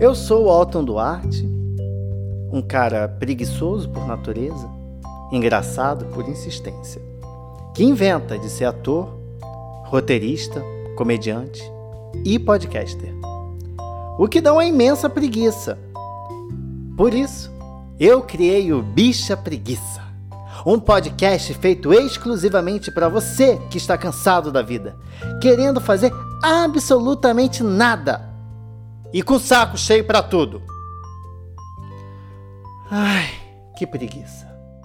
Eu sou o Alton Duarte, um cara preguiçoso por natureza, engraçado por insistência, que inventa de ser ator, roteirista, comediante e podcaster, o que dá uma imensa preguiça. Por isso, eu criei o Bicha Preguiça, um podcast feito exclusivamente para você que está cansado da vida, querendo fazer absolutamente nada e com o saco cheio para tudo. Ai, que preguiça.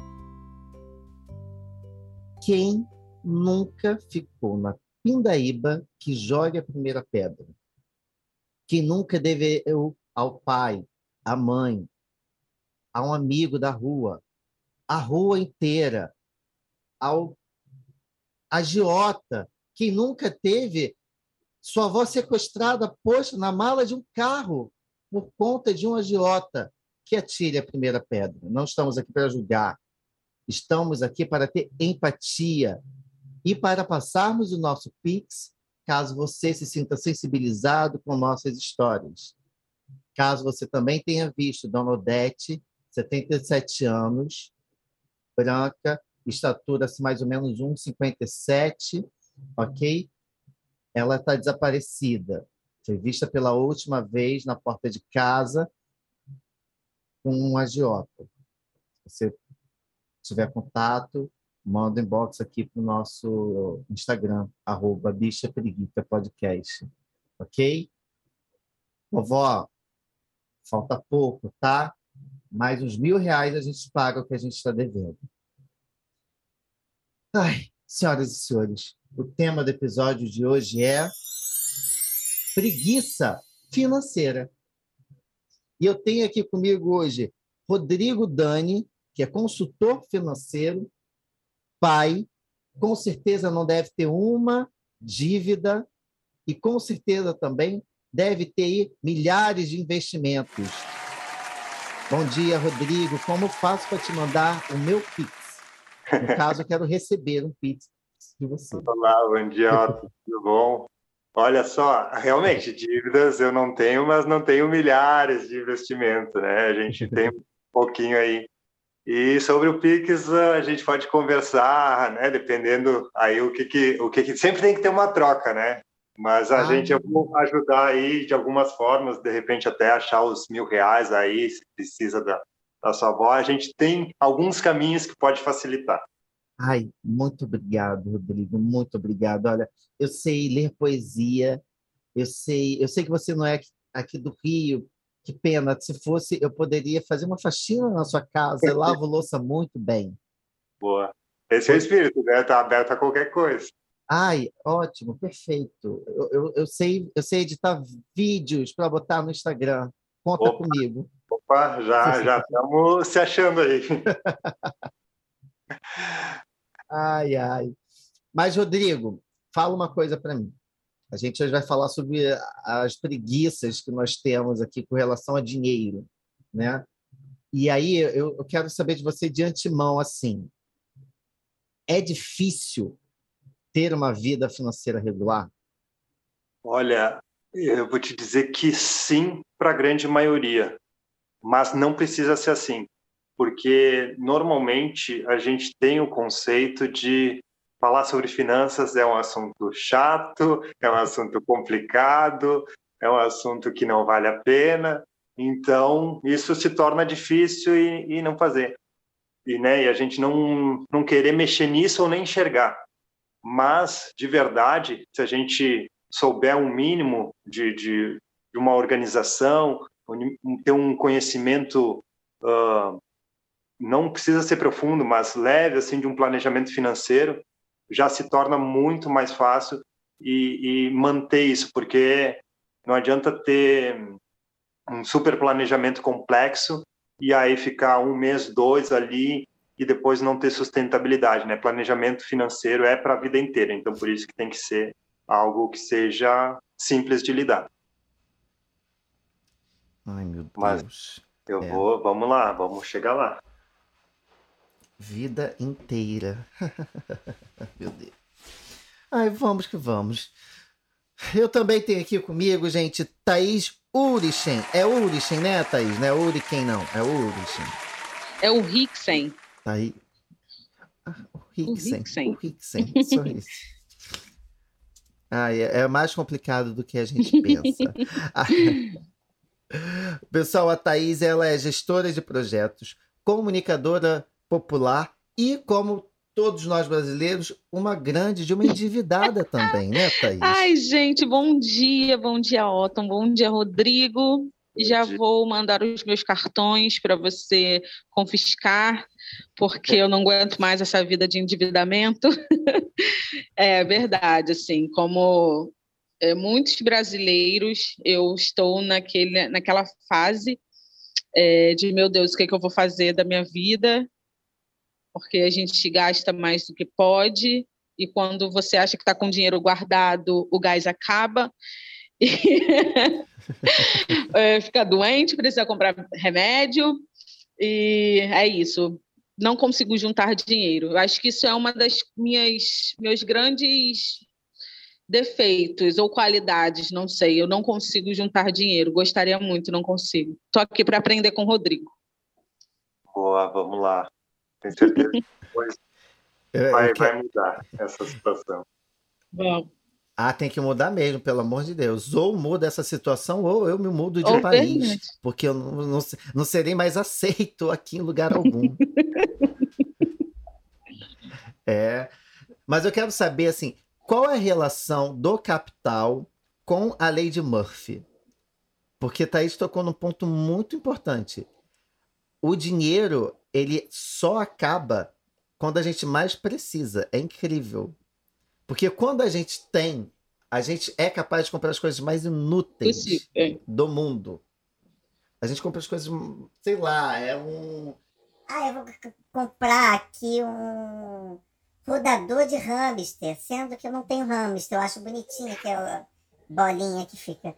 Quem nunca ficou na pindaíba que joga a primeira pedra? Quem nunca deveu ao pai, à mãe, a um amigo da rua, a rua inteira, ao agiota? Quem nunca teve sua avó sequestrada, posta na mala de um carro por conta de um agiota? Que atire a primeira pedra. Não estamos aqui para julgar. Estamos aqui para ter empatia e para passarmos o nosso Pix, caso você se sinta sensibilizado com nossas histórias. Caso você também tenha visto Dona Odete, 77 anos, branca, estatura mais ou menos 1,57, ok? Ela está desaparecida. Foi vista pela última vez na porta de casa com um agiota. Se você tiver contato, manda um inbox aqui para o nosso Instagram, @bichapreguiça podcast, ok? Vovó, falta pouco, tá? Mais uns R$ 1.000 a gente paga o que a gente está devendo. Ai, senhoras e senhores, o tema do episódio de hoje é preguiça financeira. E eu tenho aqui comigo hoje Rodrigo Dani, que é consultor financeiro, pai, com certeza não deve ter uma dívida e com certeza também deve ter milhares de investimentos. Bom dia, Rodrigo. Como faço para te mandar o meu Pix? No caso, eu quero receber um Pix de você. Olá, bom dia, Otto. Tudo bom? Olha só, realmente, dívidas eu não tenho, mas não tenho milhares de investimento, né? A gente tem um pouquinho aí. E sobre o Pix, a gente pode conversar, né? Dependendo aí o que sempre tem que ter uma troca, né? Mas eu vou ajudar aí de algumas formas, de repente até achar os R$ 1.000 aí, se precisa da sua avó. A gente tem alguns caminhos que pode facilitar. Ai, muito obrigado, Rodrigo, muito obrigado. Olha, eu sei ler poesia, eu sei que você não é aqui do Rio, que pena, se fosse, eu poderia fazer uma faxina na sua casa, eu lavo louça muito bem. Boa. Esse é o espírito, né? Tá aberto a qualquer coisa. Ai, ótimo, perfeito. Eu sei editar vídeos para botar no Instagram. Conta comigo. Opa, já estamos se achando aí. Ai, ai. Mas, Rodrigo, fala uma coisa para mim. A gente hoje vai falar sobre as preguiças que nós temos aqui com relação a dinheiro, né? E aí eu quero saber de você de antemão, assim, é difícil ter uma vida financeira regular? Olha, eu vou te dizer que sim, para a grande maioria, mas não precisa ser assim, porque normalmente a gente tem o conceito de falar sobre finanças é um assunto chato, é um assunto complicado, é um assunto que não vale a pena, então isso se torna difícil e não fazer. E a gente não querer mexer nisso ou nem enxergar. Mas, de verdade, se a gente souber um mínimo de uma organização, ter um conhecimento, não precisa ser profundo, mas leve, assim, de um planejamento financeiro, já se torna muito mais fácil e manter isso, porque não adianta ter um super planejamento complexo e aí ficar um mês, dois ali e depois não ter sustentabilidade, né? Planejamento financeiro é para a vida inteira, então por isso que tem que ser algo que seja simples de lidar. Ai, meu Deus. Mas vamos lá, vamos chegar lá. Vida inteira. Meu Deus. Ai, vamos que vamos. Eu também tenho aqui comigo, gente, Thaís Urichen. É Urichen, né, Thaís? Não é Urichen, não. É Urichen. É o Rixen. Aí. O Rixen. Rixen. O Rixen. Só isso. É mais complicado do que a gente pensa. Pessoal, a Thaís, ela é gestora de projetos, comunicadora popular e, como todos nós brasileiros, uma endividada também, né, Thaís? Ai, gente, bom dia, Otton, bom dia, Rodrigo. Já vou mandar os meus cartões para você confiscar, porque eu não aguento mais essa vida de endividamento. É verdade, assim, como muitos brasileiros, eu estou naquela fase de, meu Deus, o que é que eu vou fazer da minha vida? Porque a gente gasta mais do que pode, e quando você acha que está com dinheiro guardado, o gás acaba, e fica doente, precisa comprar remédio, e é isso. Não consigo juntar dinheiro. Eu acho que isso é uma das meus grandes defeitos ou qualidades, não sei. Eu não consigo juntar dinheiro. Gostaria muito, não consigo. Estou aqui para aprender com o Rodrigo. Boa, vamos lá. Tenho certeza que depois vai mudar essa situação. Bom. Tem que mudar mesmo, pelo amor de Deus. Ou muda essa situação, ou eu me mudo de país. Verdade. Porque eu não serei mais aceito aqui em lugar algum. Mas eu quero saber, assim, qual é a relação do capital com a lei de Murphy? Porque Thaís tocou num ponto muito importante. O dinheiro, ele só acaba quando a gente mais precisa. É incrível. Porque quando a gente tem, a gente é capaz de comprar as coisas mais inúteis do mundo. A gente compra as coisas, sei lá, eu vou comprar aqui um rodador de hamster, sendo que eu não tenho hamster. Eu acho bonitinho aquela bolinha que fica.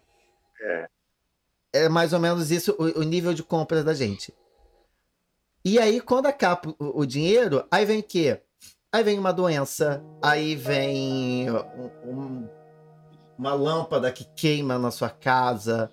É mais ou menos isso o nível de compra da gente. E aí, quando acaba o dinheiro, aí vem o quê? Aí vem uma doença, aí vem uma lâmpada que queima na sua casa,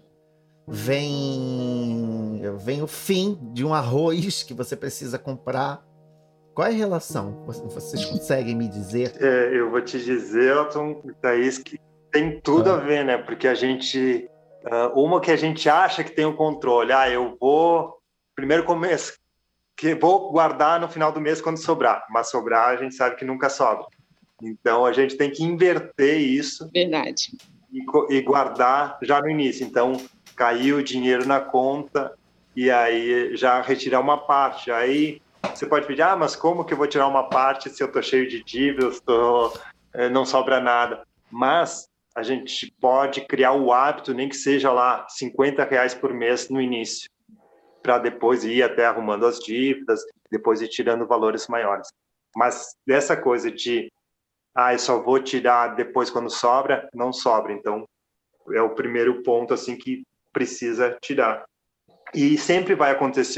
vem o fim de um arroz que você precisa comprar. Qual é a relação? Vocês conseguem me dizer? Eu vou te dizer, Elton, Thaís, que tem tudo a ver, né? Porque a gente... uma que a gente acha que tem o controle. Eu vou... Primeiro começo... que vou guardar no final do mês quando sobrar, mas sobrar a gente sabe que nunca sobra. Então a gente tem que inverter isso. Verdade. E guardar já no início. Então caiu o dinheiro na conta e aí já retirar uma parte. Aí você pode pedir, mas como que eu vou tirar uma parte se eu estou cheio de dívidas, não sobra nada? Mas a gente pode criar o hábito, nem que seja lá R$50 por mês no início, para depois ir até arrumando as dívidas, depois ir tirando valores maiores. Mas dessa coisa de, eu só vou tirar depois quando sobra, não sobra. Então, é o primeiro ponto assim que precisa tirar. E sempre vai acontecer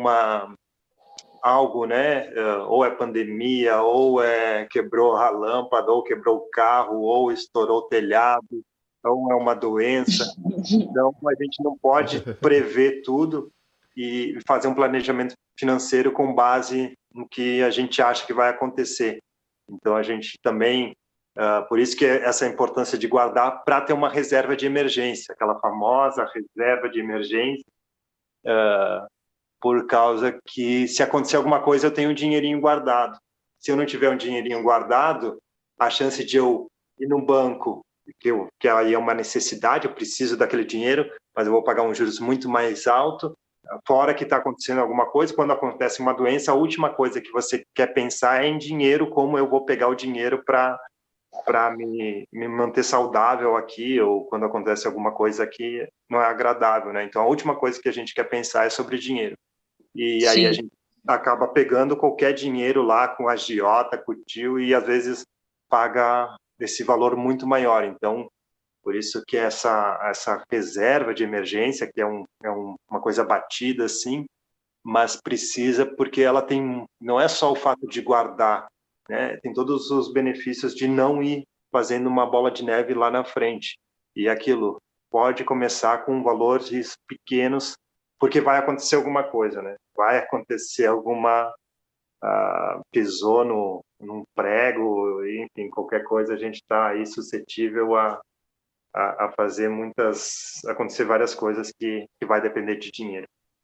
algo, né? Ou é pandemia, ou quebrou a lâmpada, ou quebrou o carro, ou estourou o telhado, ou é uma doença. Então, a gente não pode prever tudo e fazer um planejamento financeiro com base no que a gente acha que vai acontecer. Então, a gente também... por isso que essa importância de guardar para ter uma reserva de emergência, aquela famosa reserva de emergência, por causa que se acontecer alguma coisa, eu tenho um dinheirinho guardado. Se eu não tiver um dinheirinho guardado, a chance de eu ir no banco, que aí é uma necessidade, eu preciso daquele dinheiro, mas eu vou pagar um juros muito mais alto. Fora que está acontecendo alguma coisa, quando acontece uma doença, a última coisa que você quer pensar é em dinheiro, como eu vou pegar o dinheiro para me manter saudável aqui, ou quando acontece alguma coisa que não é agradável, né? Então, a última coisa que a gente quer pensar é sobre dinheiro. E aí a gente acaba pegando qualquer dinheiro lá com a agiota, com o tio, e às vezes paga esse valor muito maior. Então, por isso que essa reserva de emergência, que é uma coisa batida, assim, mas precisa, porque ela tem, não é só o fato de guardar, né? Tem todos os benefícios de não ir fazendo uma bola de neve lá na frente. E aquilo pode começar com valores pequenos, porque vai acontecer alguma coisa, né? Vai acontecer alguma... pisou num prego, enfim, qualquer coisa, a gente está aí suscetível a acontecer várias coisas que vai depender de dinheiro.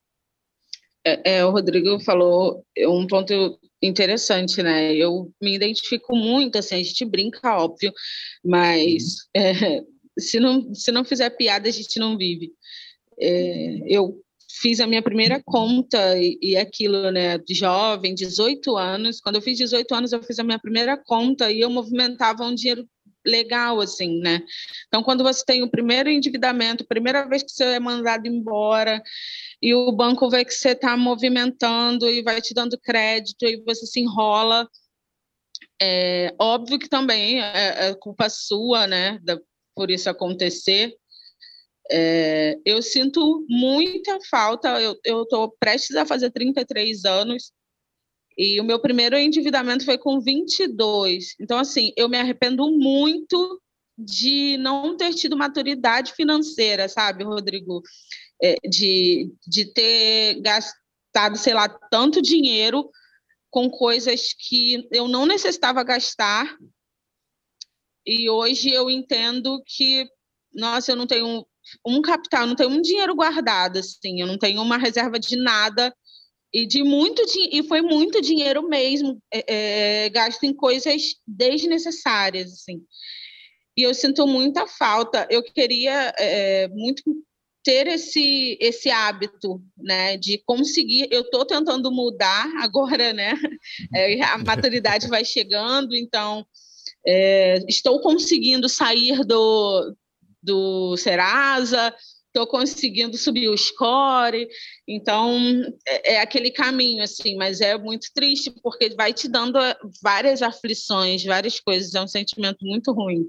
O Rodrigo falou um ponto interessante, né? Eu me identifico muito, assim, a gente brinca, óbvio, mas se não fizer piada, a gente não vive. Eu fiz a minha primeira conta e aquilo, né, de jovem, 18 anos. Quando eu fiz 18 anos, eu fiz a minha primeira conta e eu movimentava um dinheiro legal, assim, né? Então, quando você tem o primeiro endividamento, primeira vez que você é mandado embora e o banco vê que você está movimentando e vai te dando crédito e você se enrola, óbvio que também é culpa sua, né, por isso acontecer. Eu sinto muita falta, eu estou prestes a fazer 33 anos e o meu primeiro endividamento foi com 22. Então, assim, eu me arrependo muito de não ter tido maturidade financeira, sabe, Rodrigo? De ter gastado, sei lá, tanto dinheiro com coisas que eu não necessitava gastar. E hoje eu entendo que, nossa, eu não tenho um capital, eu não tenho um dinheiro guardado, assim, eu não tenho uma reserva de nada. E foi muito dinheiro mesmo, gasto em coisas desnecessárias, assim. E eu sinto muita falta. Eu queria muito ter esse hábito, né, de conseguir. Eu estou tentando mudar agora, né? A maturidade vai chegando, então estou conseguindo sair do Serasa, estou conseguindo subir o score, então é aquele caminho, assim, mas é muito triste, porque vai te dando várias aflições, várias coisas, é um sentimento muito ruim.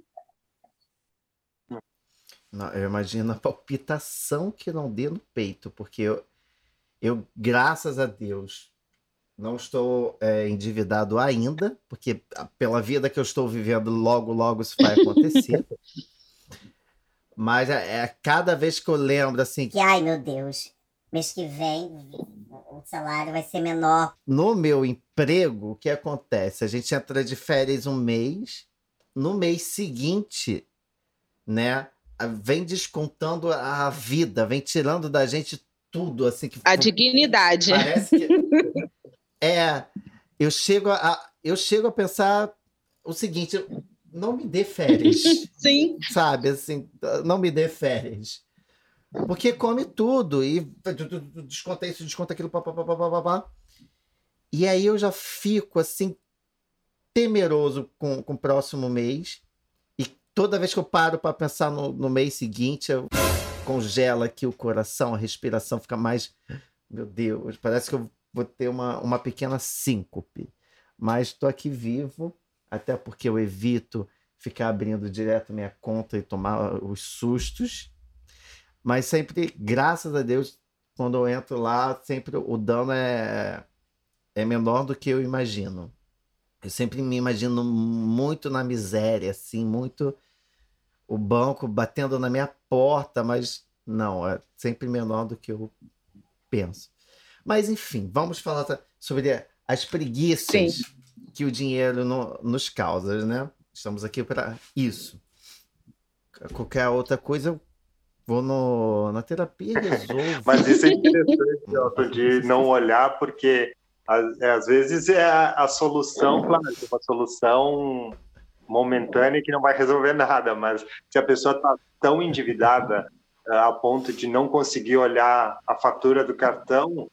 Não, eu imagino a palpitação que não dê no peito, porque eu graças a Deus, não estou endividado ainda, porque pela vida que eu estou vivendo, logo, logo isso vai acontecer. Mas cada vez que eu lembro, assim... ai, meu Deus, mês que vem o salário vai ser menor. No meu emprego, o que acontece? A gente entra de férias um mês, no mês seguinte, né, vem descontando a vida, vem tirando da gente tudo, assim... A dignidade. Parece que... eu chego a pensar o seguinte... Não me dê férias. Sim. Sabe, assim, não me dê férias. Porque come tudo e desconta isso, desconta aquilo, papapá. E aí eu já fico, assim, temeroso com o próximo mês. E toda vez que eu paro para pensar no mês seguinte, eu congelo aqui o coração, a respiração fica mais... Meu Deus, parece que eu vou ter uma pequena síncope. Mas estou aqui vivo, até porque eu evito ficar abrindo direto minha conta e tomar os sustos. Mas sempre, graças a Deus, quando eu entro lá, sempre o dano é menor do que eu imagino. Eu sempre me imagino muito na miséria, assim, muito o banco batendo na minha porta, mas não, é sempre menor do que eu penso. Mas, enfim, vamos falar sobre as preguiças Sim. que o dinheiro nos causa, né? Estamos aqui para isso. Qualquer outra coisa, eu vou na terapia e resolvo. Mas isso é interessante, Elton, de não olhar, porque às vezes é a solução, claro, é uma solução momentânea que não vai resolver nada, mas se a pessoa está tão endividada a ponto de não conseguir olhar a fatura do cartão,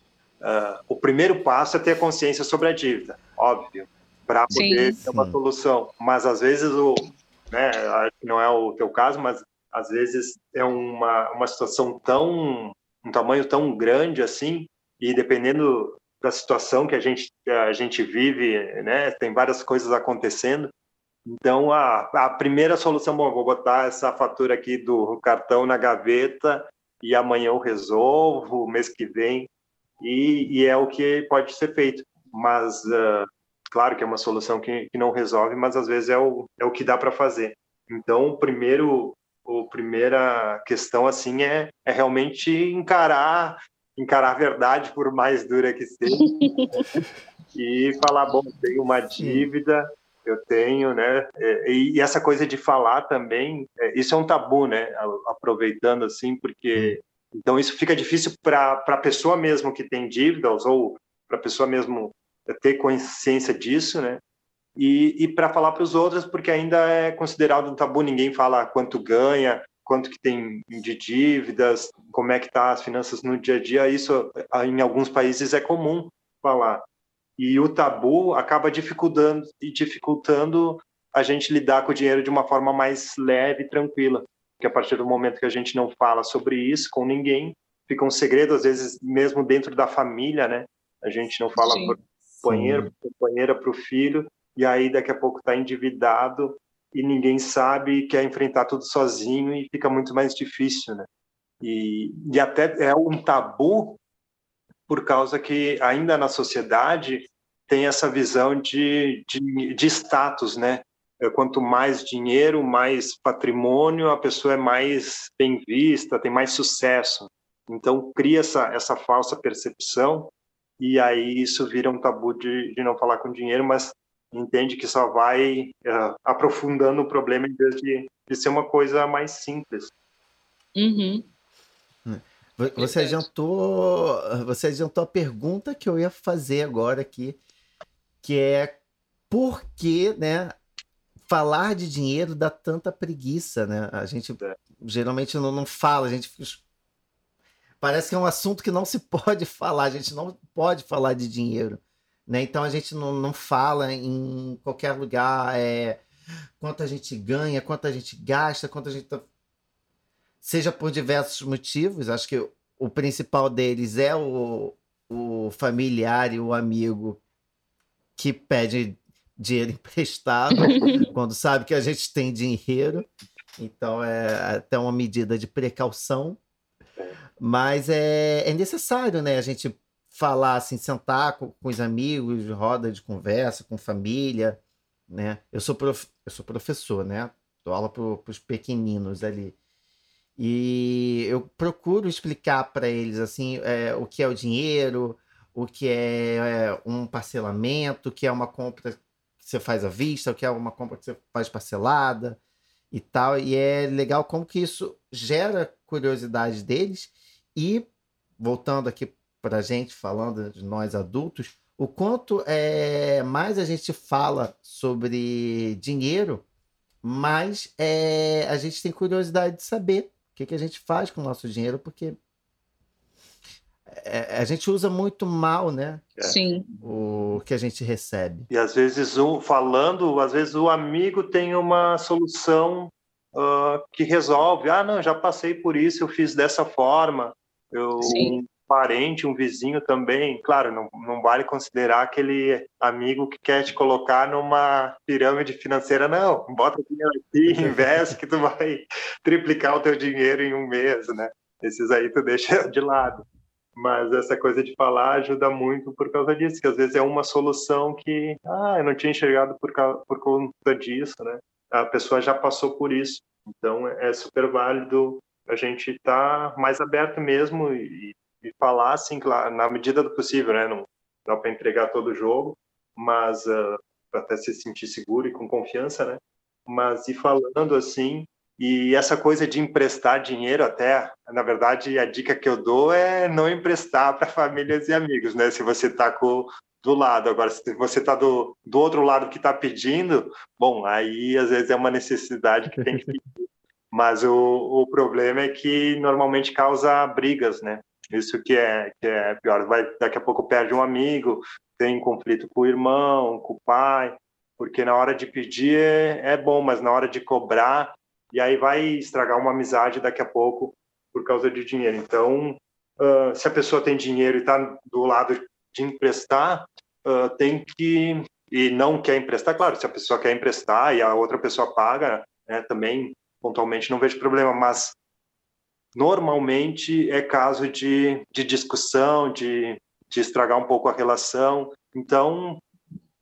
o primeiro passo é ter consciência sobre a dívida, óbvio, para poder ter uma solução. Mas às vezes, acho que não é o teu caso, mas às vezes é uma situação um tamanho tão grande assim, e dependendo da situação que a gente vive, né, tem várias coisas acontecendo. Então, a primeira solução, bom, vou botar essa fatura aqui do cartão na gaveta e amanhã eu resolvo, mês que vem, e é o que pode ser feito. Mas Claro que é uma solução que não resolve, mas às vezes é o que dá para fazer. Então, a primeira questão assim é realmente encarar a verdade, por mais dura que seja, e falar, bom, tenho uma dívida, eu tenho, né? E essa coisa de falar também, isso é um tabu, né? Aproveitando assim, porque então isso fica difícil para a pessoa mesmo que tem dívidas ou para a pessoa mesmo ter consciência disso, né? E para falar para os outros, porque ainda é considerado um tabu, ninguém fala quanto ganha, quanto que tem de dívidas, como é que tá as finanças no dia a dia. Isso em alguns países é comum falar. E o tabu acaba dificultando a gente lidar com o dinheiro de uma forma mais leve e tranquila. Porque a partir do momento que a gente não fala sobre isso com ninguém, fica um segredo, às vezes mesmo dentro da família, né? A gente não fala para o companheiro, para a companheira, para o filho, e aí daqui a pouco está endividado e ninguém sabe, quer enfrentar tudo sozinho e fica muito mais difícil, né? E até é um tabu por causa que ainda na sociedade tem essa visão de status, né? Quanto mais dinheiro, mais patrimônio, a pessoa é mais bem vista, tem mais sucesso. Então cria essa falsa percepção e aí isso vira um tabu de não falar com dinheiro, mas entende que só vai aprofundando o problema em vez de ser uma coisa mais simples. Uhum. Você adiantou a pergunta que eu ia fazer agora aqui, que é por que, né, falar de dinheiro dá tanta preguiça, né? A gente geralmente não fala, a gente parece que é um assunto que não se pode falar, a gente não pode falar de dinheiro, né? Então a gente não fala em qualquer lugar quanto a gente ganha, quanto a gente gasta, quanto a gente seja por diversos motivos. Acho que o principal deles é o familiar e o amigo que pede dinheiro emprestado quando sabe que a gente tem dinheiro. Então é até uma medida de precaução. Mas é necessário, né, a gente falar assim, sentar com os amigos, roda de conversa, com família, né? Eu sou professor, né? Dou aula para os pequeninos ali. E eu procuro explicar para eles assim, o que é o dinheiro, o que é um parcelamento, o que é uma compra que você faz à vista, o que é uma compra que você faz parcelada e tal. E é legal como que isso gera curiosidade deles. E, voltando aqui para a gente, falando de nós adultos, o quanto mais a gente fala sobre dinheiro, mais a gente tem curiosidade de saber o que a gente faz com o nosso dinheiro, porque a gente usa muito mal, né? Sim. O que a gente recebe. E às vezes às vezes o amigo tem uma solução que resolve. Ah, não, já passei por isso, eu fiz dessa forma. Um parente, um vizinho também. Claro, não vale considerar aquele amigo que quer te colocar numa pirâmide financeira, não. Bota o dinheiro aqui, investe que tu vai triplicar o teu dinheiro em um mês, né? Esses aí tu deixa de lado. Mas essa coisa de falar ajuda muito por causa disso, que às vezes é uma solução que eu não tinha enxergado por conta disso, né? A pessoa já passou por isso. Então é super válido a gente estar mais aberto mesmo e falar assim, claro, na medida do possível, né? Não dá para entregar todo o jogo, mas para até se sentir seguro e com confiança, né? Mas ir falando assim. E essa coisa de emprestar dinheiro, até, na verdade, a dica que eu dou é não emprestar para famílias e amigos, né? Se você está do lado. Agora, se você está do outro lado que está pedindo, bom, aí às vezes é uma necessidade que tem que pedir. Mas o problema é que normalmente causa brigas, né? Isso que é pior. Daqui a pouco perde um amigo, tem conflito com o irmão, com o pai, porque na hora de pedir é bom, mas na hora de cobrar, e aí vai estragar uma amizade daqui a pouco por causa de dinheiro. Então, se a pessoa tem dinheiro e está do lado de emprestar, tem que... E não quer emprestar, claro, se a pessoa quer emprestar e a outra pessoa paga, né, também, pontualmente, não vejo problema, mas normalmente é caso de discussão, de estragar um pouco a relação. Então,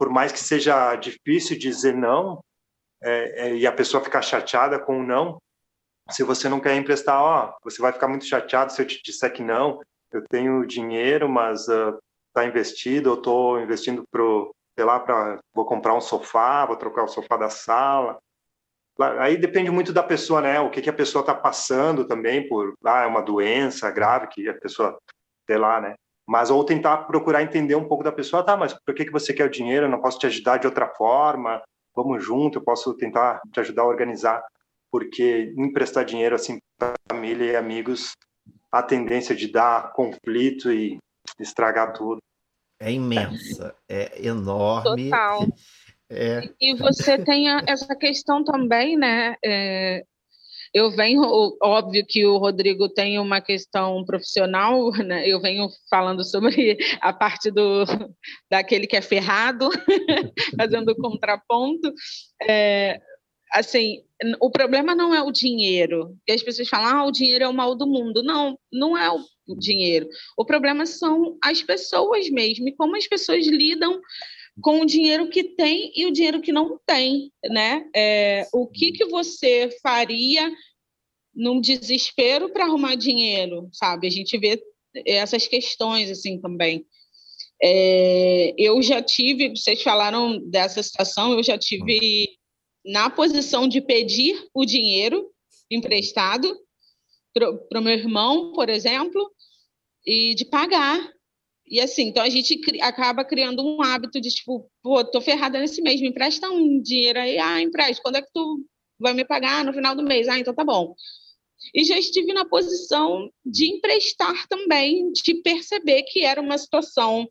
por mais que seja difícil dizer não, e a pessoa ficar chateada com o não, se você não quer emprestar, você vai ficar muito chateado se eu te disser que não, eu tenho dinheiro, mas está investido, eu estou investindo vou comprar um sofá, vou trocar o sofá da sala. Aí depende muito da pessoa, né? O que a pessoa está passando também é uma doença grave que a pessoa, sei lá, né? Mas ou tentar procurar entender um pouco da pessoa, tá, mas por que você quer o dinheiro? Eu não posso te ajudar de outra forma? Vamos junto, eu posso tentar te ajudar a organizar. Porque emprestar dinheiro assim para família e amigos, a tendência de dar conflito e estragar tudo. É imensa, é enorme. Total. E você tem essa questão também, né? Eu venho, óbvio que o Rodrigo tem uma questão profissional, né? Eu venho falando sobre a parte daquele que é ferrado, fazendo contraponto. Assim, o problema não é o dinheiro. E as pessoas falam, o dinheiro é o mal do mundo. Não, não é o dinheiro. O problema são as pessoas mesmo, e como as pessoas lidam com o dinheiro que tem e o dinheiro que não tem, né? O que você faria num desespero para arrumar dinheiro, sabe? A gente vê essas questões assim também. Eu já tive, vocês falaram dessa situação, eu já tive na posição de pedir o dinheiro emprestado para o meu irmão, por exemplo, e de pagar. E assim, então a gente acaba criando um hábito de tipo, tô ferrada nesse mês, me empresta um dinheiro aí, empresta, quando é que tu vai me pagar? No final do mês. Então tá bom. E já estive na posição de emprestar também, de perceber que era uma situação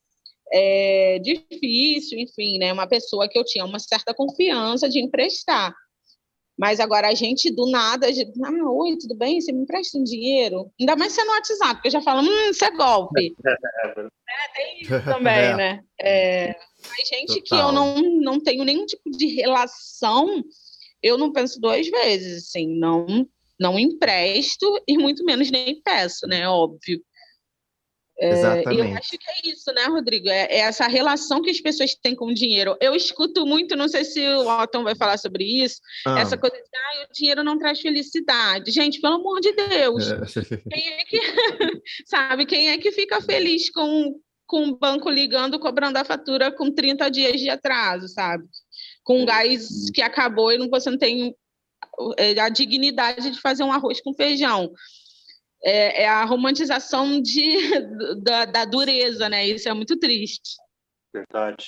difícil, enfim, né? Uma pessoa que eu tinha uma certa confiança de emprestar. Mas agora a gente, do nada, oi, tudo bem? Você me empresta um dinheiro? Ainda mais se é no WhatsApp, porque eu já falo, isso é golpe. Tem isso também, né? Mas gente que eu não tenho nenhum tipo de relação, eu não penso duas vezes, assim, não empresto e muito menos nem peço, né? Óbvio. Exatamente. Eu acho que é isso, né, Rodrigo? É essa relação que as pessoas têm com o dinheiro. Eu escuto muito, não sei se o Otton vai falar sobre isso, essa coisa de o dinheiro não traz felicidade. Gente, pelo amor de Deus, quem é que, sabe, quem é que fica feliz com o banco ligando, cobrando a fatura com 30 dias de atraso, sabe? Com gás que acabou e você não tem a dignidade de fazer um arroz com feijão. É a romantização da dureza, né? Isso é muito triste. Verdade.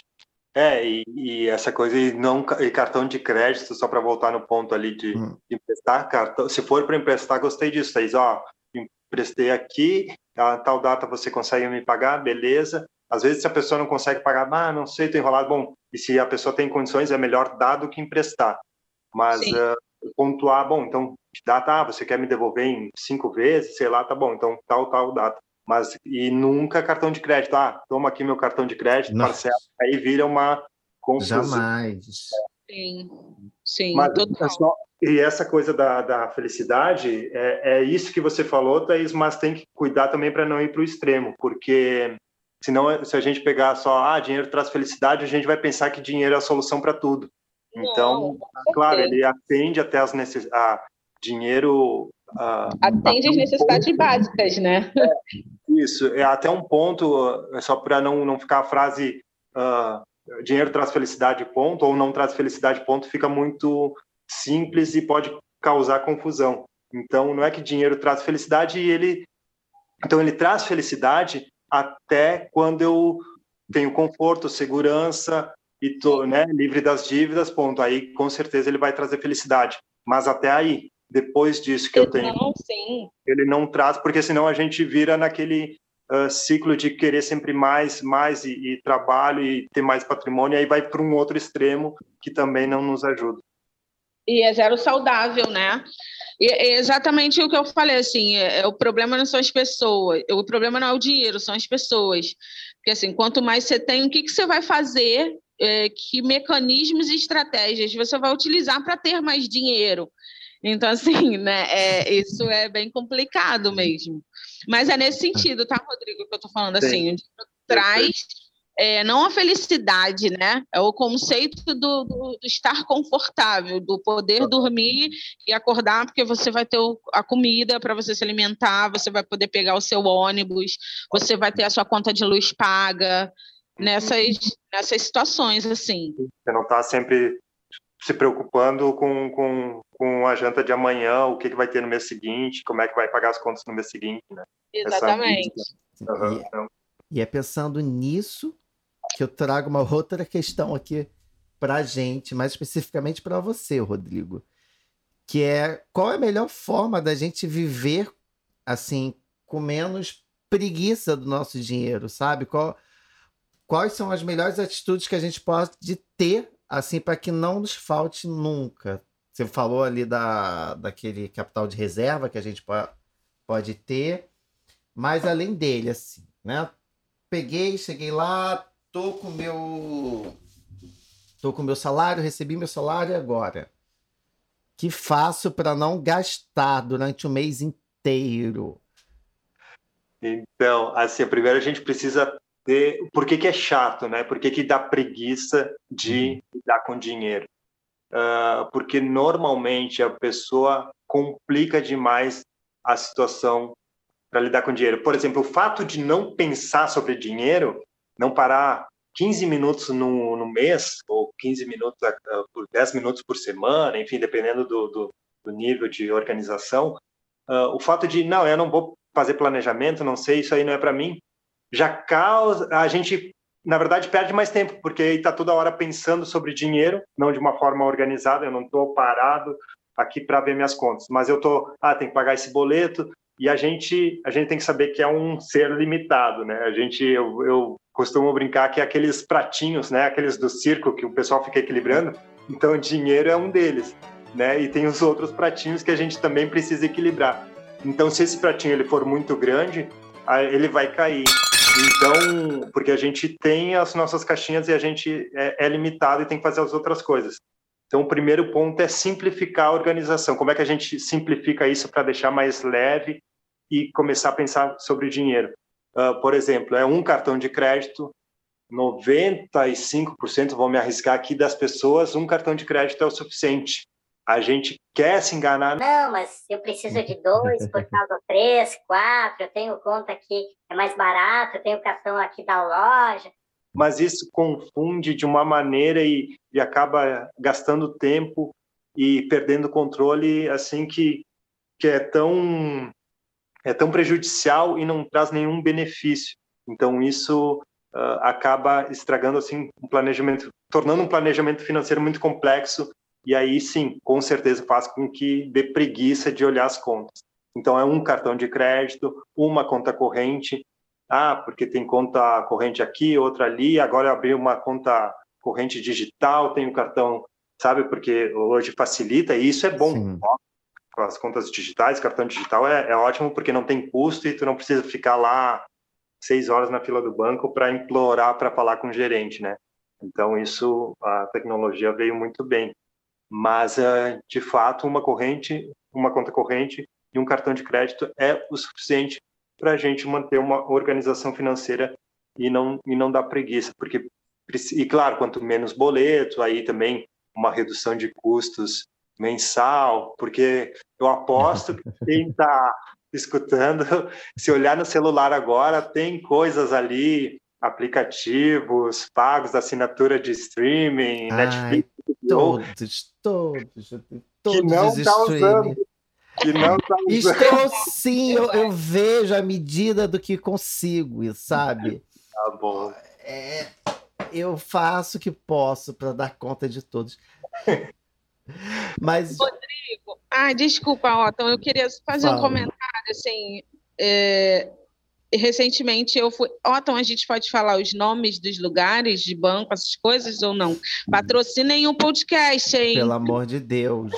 E essa coisa, e cartão de crédito, só para voltar no ponto ali de emprestar, cartão, se for para emprestar, gostei disso, Thaís, emprestei aqui, a tal data você consegue me pagar, beleza. Às vezes, se a pessoa não consegue pagar, não sei, tô enrolado, bom, e se a pessoa tem condições, é melhor dar do que emprestar. Mas pontuar, bom, então, data, você quer me devolver em 5 vezes, sei lá, tá bom, então tal data. Mas, e nunca cartão de crédito, toma aqui meu cartão de crédito, parcela, aí vira uma confusão. Jamais. Sim, mas, total. E essa coisa da felicidade, é isso que você falou, Thaís, mas tem que cuidar também para não ir para o extremo, porque senão, se a gente pegar só, dinheiro traz felicidade, a gente vai pensar que dinheiro é a solução para tudo. Então, claro, ele atende até as necessidades. Dinheiro. Atende as necessidades básicas, né? Isso, até um ponto, só para não ficar a frase dinheiro traz felicidade, ponto, ou não traz felicidade, ponto, fica muito simples e pode causar confusão. Então, não é que dinheiro traz felicidade então ele traz felicidade até quando eu tenho conforto, segurança e tô, né, livre das dívidas, ponto. Aí, com certeza, ele vai trazer felicidade. Mas até aí, depois disso que eu tenho, ele não traz, porque senão a gente vira naquele ciclo de querer sempre mais e trabalho e ter mais patrimônio, e aí vai para um outro extremo que também não nos ajuda. E é zero saudável, né? E é exatamente o que eu falei, assim, o problema não são as pessoas, o problema não é o dinheiro, são as pessoas. Porque, assim, quanto mais você tem, o que você vai fazer, que mecanismos e estratégias você vai utilizar para ter mais dinheiro? Então, assim, né, isso é bem complicado mesmo. Mas é nesse sentido, tá, Rodrigo, que eu estou falando, assim, o dinheiro traz não a felicidade, né? É o conceito do estar confortável, do poder dormir e acordar, porque você vai ter a comida para você se alimentar, você vai poder pegar o seu ônibus, você vai ter a sua conta de luz paga, nessas situações, assim. Você não está sempre se preocupando com a janta de amanhã, o que vai ter no mês seguinte, como é que vai pagar as contas no mês seguinte, né? Exatamente. E é pensando nisso que eu trago uma outra questão aqui para a gente, mais especificamente para você, Rodrigo, que é qual é a melhor forma da gente viver assim com menos preguiça do nosso dinheiro, sabe? Quais são as melhores atitudes que a gente pode ter assim para que não nos falte nunca? Você falou ali daquele capital de reserva que a gente pode ter, mas além dele, assim, né? Cheguei lá, tô com meu salário, recebi meu salário agora. Que faço para não gastar durante o mês inteiro? Então, assim, primeiro a gente precisa ter... Por que é chato, né? Por que dá preguiça de lidar com dinheiro? Porque normalmente a pessoa complica demais a situação para lidar com dinheiro. Por exemplo, o fato de não pensar sobre dinheiro, não parar 15 minutos no mês, ou 15 minutos por 10 minutos por semana, enfim, dependendo do nível de organização, o fato de, não, eu não vou fazer planejamento, não sei, isso aí não é para mim, já causa, a gente, na verdade, perde mais tempo, porque aí está toda hora pensando sobre dinheiro, não de uma forma organizada, eu não estou parado aqui para ver minhas contas, mas eu estou, tem que pagar esse boleto, e a gente tem que saber que é um ser limitado, né? Eu costumo brincar que é aqueles pratinhos, né? Aqueles do circo que o pessoal fica equilibrando. Então, o dinheiro é um deles, né? E tem os outros pratinhos que a gente também precisa equilibrar. Então, se esse pratinho ele for muito grande, ele vai cair. Então, porque a gente tem as nossas caixinhas e a gente é limitado e tem que fazer as outras coisas. Então, o primeiro ponto é simplificar a organização. Como é que a gente simplifica isso para deixar mais leve e começar a pensar sobre o dinheiro? Por exemplo, um cartão de crédito, 95%, vou me arriscar aqui, das pessoas, um cartão de crédito é o suficiente. A gente quer se enganar. Não, mas eu preciso de 2 por causa 3, 4, eu tenho conta aqui, é mais barato, eu tenho cartão aqui da loja. Mas isso confunde de uma maneira e acaba gastando tempo e perdendo controle, assim, que é tão prejudicial e não traz nenhum benefício. Então, isso acaba estragando, assim, tornando um planejamento financeiro muito complexo, e aí, sim, com certeza faz com que dê preguiça de olhar as contas. Então, é um cartão de crédito, uma conta corrente, porque tem conta corrente aqui, outra ali, agora eu abri uma conta corrente digital, tem um cartão, sabe, porque hoje facilita, e isso é bom. Com as contas digitais, cartão digital é ótimo, porque não tem custo e tu não precisa ficar lá 6 horas na fila do banco para implorar para falar com o gerente, né? Então, isso, a tecnologia veio muito bem. Mas, de fato, uma conta corrente e um cartão de crédito é o suficiente para a gente manter uma organização financeira e não dar preguiça, porque, e claro, quanto menos boleto, aí também uma redução de custos mensal, porque eu aposto que quem está escutando, se olhar no celular agora, tem coisas ali, aplicativos pagos, assinatura de streaming, Netflix, todos que não está usando. Que não tá usando. Estou sim, eu vejo a medida do que consigo, sabe? Tá bom. Eu faço o que posso para dar conta de todos. Mas... Rodrigo, desculpa, Otton, eu queria fazer um comentário, assim, recentemente eu fui... Otton, a gente pode falar os nomes dos lugares de banco, essas coisas ou não? Patrocinem um podcast, hein? Pelo amor de Deus.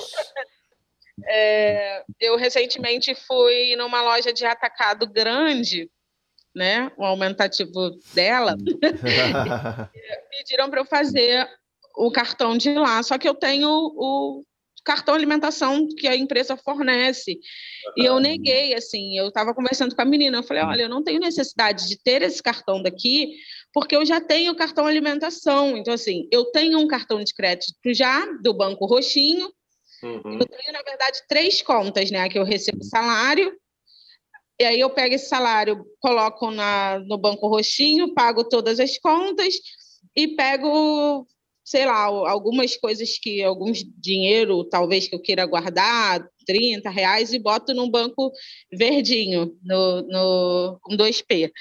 Eu recentemente fui numa loja de atacado grande, né? O aumentativo dela. Pediram para eu fazer o cartão de lá, só que eu tenho o cartão alimentação que a empresa fornece. E eu neguei, assim, eu estava conversando com a menina, eu falei, olha, eu não tenho necessidade de ter esse cartão daqui, porque eu já tenho cartão alimentação. Então, assim, eu tenho um cartão de crédito já do Banco Roxinho. Eu tenho, na verdade, 3 contas, né? Que eu recebo salário, e aí eu pego esse salário, coloco no Banco Roxinho, pago todas as contas e pego, sei lá, algumas coisas alguns dinheiro, talvez que eu queira guardar, R$30, e boto num banco verdinho, com 2P.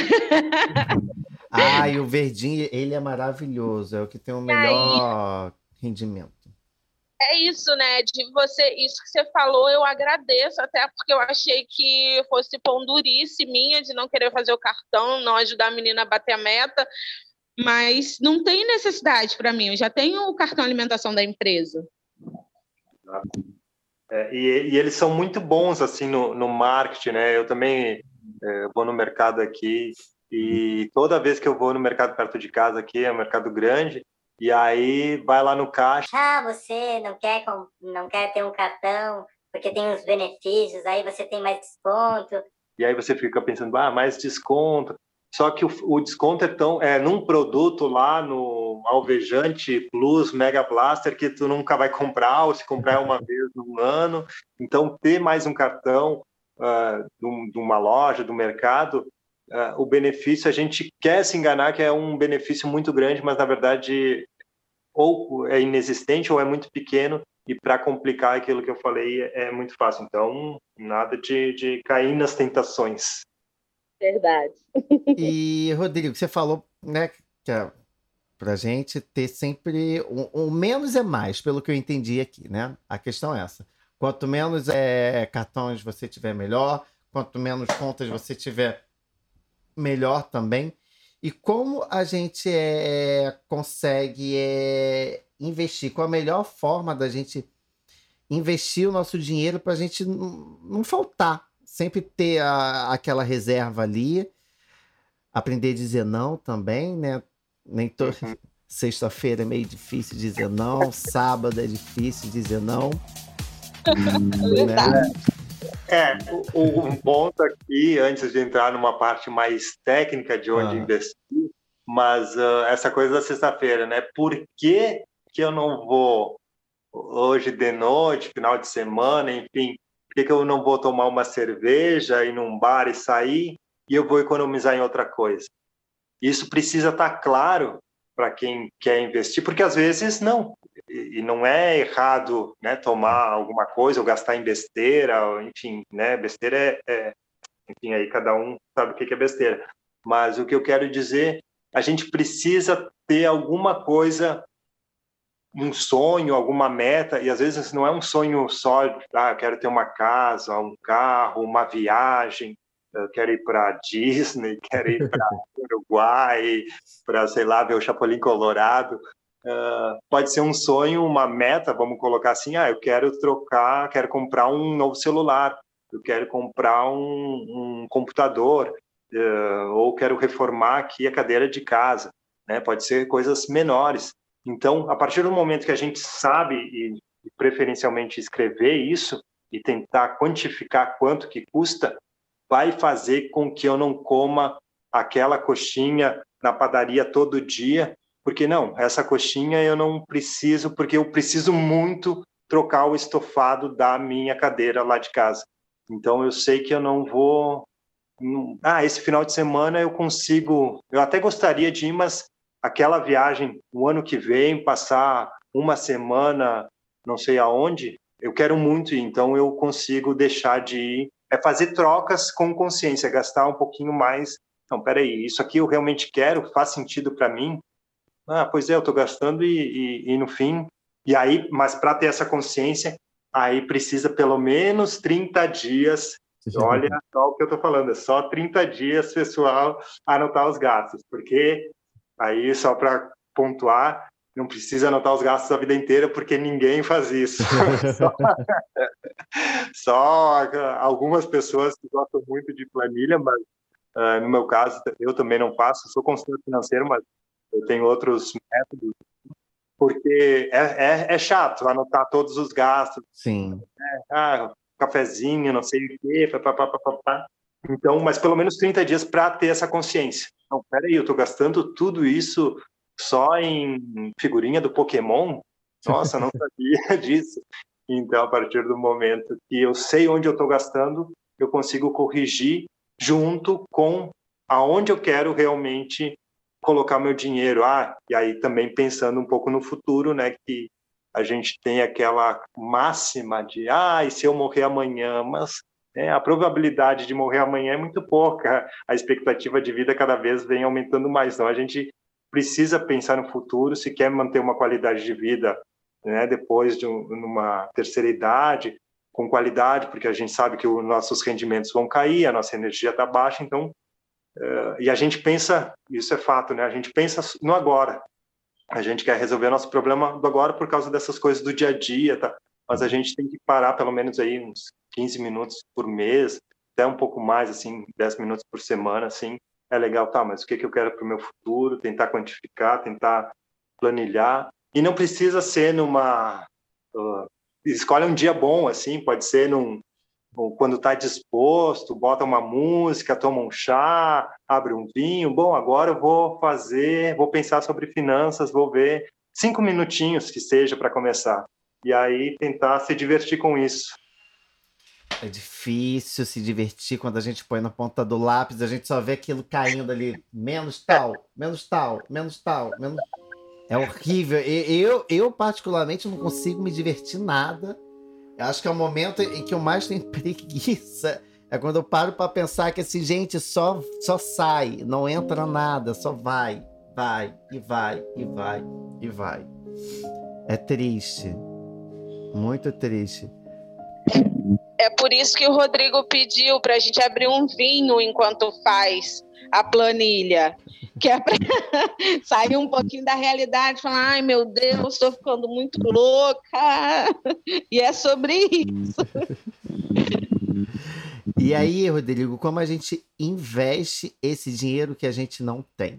E o verdinho, ele é maravilhoso, é o que tem o melhor rendimento. É isso, né? Isso que você falou, eu agradeço, até porque eu achei que fosse pondurice minha de não querer fazer o cartão, não ajudar a menina a bater a meta, mas não tem necessidade para mim, eu já tenho o cartão alimentação da empresa. E eles são muito bons assim no marketing, né? Eu também vou no mercado aqui, e toda vez que eu vou no mercado perto de casa aqui, é um mercado grande, e aí vai lá no caixa. Você não quer ter um cartão porque tem os benefícios, aí você tem mais desconto. E aí você fica pensando, mais desconto. Só que o desconto é num produto lá no Alvejante Plus Mega Blaster que tu nunca vai comprar, ou se comprar uma vez no ano. Então, ter mais um cartão de uma loja, do mercado, o benefício, a gente quer se enganar que é um benefício muito grande, mas na verdade ou é inexistente ou é muito pequeno, e para complicar aquilo que eu falei é muito fácil. Então, nada de cair nas tentações. Verdade. E, Rodrigo, você falou, né, que pra gente ter sempre o menos é mais, pelo que eu entendi aqui, né? A questão é essa. Quanto menos cartões você tiver, melhor. Quanto menos contas você tiver, melhor também. E como a gente consegue investir? Qual a melhor forma da gente investir o nosso dinheiro para a gente não faltar? Sempre ter aquela reserva ali. Aprender a dizer não também, né? Nem Sexta-feira é meio difícil dizer não. Sábado é difícil dizer não. Verdade. O ponto aqui, antes de entrar numa parte mais técnica de onde investir, mas essa coisa da sexta-feira, né? Por que eu não vou hoje de noite, final de semana, enfim, por que eu não vou tomar uma cerveja, ir num bar e sair, e eu vou economizar em outra coisa? Isso precisa estar claro para quem quer investir, porque às vezes não. E não é errado, né, tomar alguma coisa ou gastar em besteira, ou, enfim, né, besteira enfim, aí cada um sabe o que é besteira. Mas o que eu quero dizer, a gente precisa ter alguma coisa, um sonho, alguma meta, e às vezes não é um sonho só, eu quero ter uma casa, um carro, uma viagem, eu quero ir para Disney, quero ir para Uruguai, para, sei lá, ver o Chapolin Colorado. Pode ser um sonho, uma meta, vamos colocar assim, eu quero comprar um novo celular, eu quero comprar um computador, ou quero reformar aqui a cadeira de casa, né? Pode ser coisas menores. Então, a partir do momento que a gente sabe, e preferencialmente escrever isso, e tentar quantificar quanto que custa, vai fazer com que eu não coma aquela coxinha na padaria todo dia, porque não, essa coxinha eu não preciso, porque eu preciso muito trocar o estofado da minha cadeira lá de casa. Então eu sei que eu não vou... esse final de semana eu consigo... Eu até gostaria de ir, mas aquela viagem o ano que vem, passar uma semana, não sei aonde, eu quero muito ir, então eu consigo deixar de ir. É fazer trocas com consciência, gastar um pouquinho mais. Não, peraí, isso aqui eu realmente quero, faz sentido para mim? Pois é, eu estou gastando e no fim... E aí, mas para ter essa consciência, aí precisa pelo menos 30 dias. Olha só o que eu estou falando, é só 30 dias, pessoal, anotar os gastos. Porque aí, só para pontuar, não precisa anotar os gastos a vida inteira, porque ninguém faz isso. Só algumas pessoas que gostam muito de planilha, mas no meu caso, eu também não faço. Sou consultor financeiro, mas eu tenho outros métodos, porque é chato anotar todos os gastos. Sim. Cafezinho, não sei o quê, papapá. Então, mas pelo menos 30 dias para ter essa consciência. Não, peraí, eu estou gastando tudo isso só em figurinha do Pokémon? Nossa, não sabia disso. Então, a partir do momento que eu sei onde eu estou gastando, eu consigo corrigir junto com aonde eu quero realmente colocar meu dinheiro. E aí também pensando um pouco no futuro, né, que a gente tem aquela máxima de, e se eu morrer amanhã? Mas a probabilidade de morrer amanhã é muito pouca. A expectativa de vida cada vez vem aumentando mais. Então, a gente precisa pensar no futuro, se quer manter uma qualidade de vida, né, depois de uma terceira idade, com qualidade, porque a gente sabe que os nossos rendimentos vão cair, a nossa energia está baixa, então, e a gente pensa, isso é fato, né, a gente pensa no agora, a gente quer resolver nosso problema do agora por causa dessas coisas do dia a dia, tá? Mas a gente tem que parar pelo menos aí uns 15 minutos por mês, até um pouco mais, assim, 10 minutos por semana, assim, é legal, tá, mas o que eu quero para o meu futuro, tentar quantificar, tentar planilhar, e não precisa ser numa... escolhe um dia bom, assim, pode ser quando está disposto, bota uma música, toma um chá, abre um vinho. Bom, agora eu vou pensar sobre finanças, vou ver 5 minutinhos que seja para começar. E aí tentar se divertir com isso. É difícil se divertir quando a gente põe na ponta do lápis, a gente só vê aquilo caindo ali, menos tal, menos tal, menos tal, menos... É horrível. Eu particularmente não consigo me divertir nada. Eu acho que é o momento em que eu mais tenho preguiça. É quando eu paro para pensar que assim, gente, só sai, não entra nada, só vai e vai e vai e vai. É triste. Muito triste. É por isso que o Rodrigo pediu para a gente abrir um vinho enquanto faz a planilha, que é para sair um pouquinho da realidade, falar, ai meu Deus, estou ficando muito louca, e é sobre isso. E aí, Rodrigo, como a gente investe esse dinheiro que a gente não tem?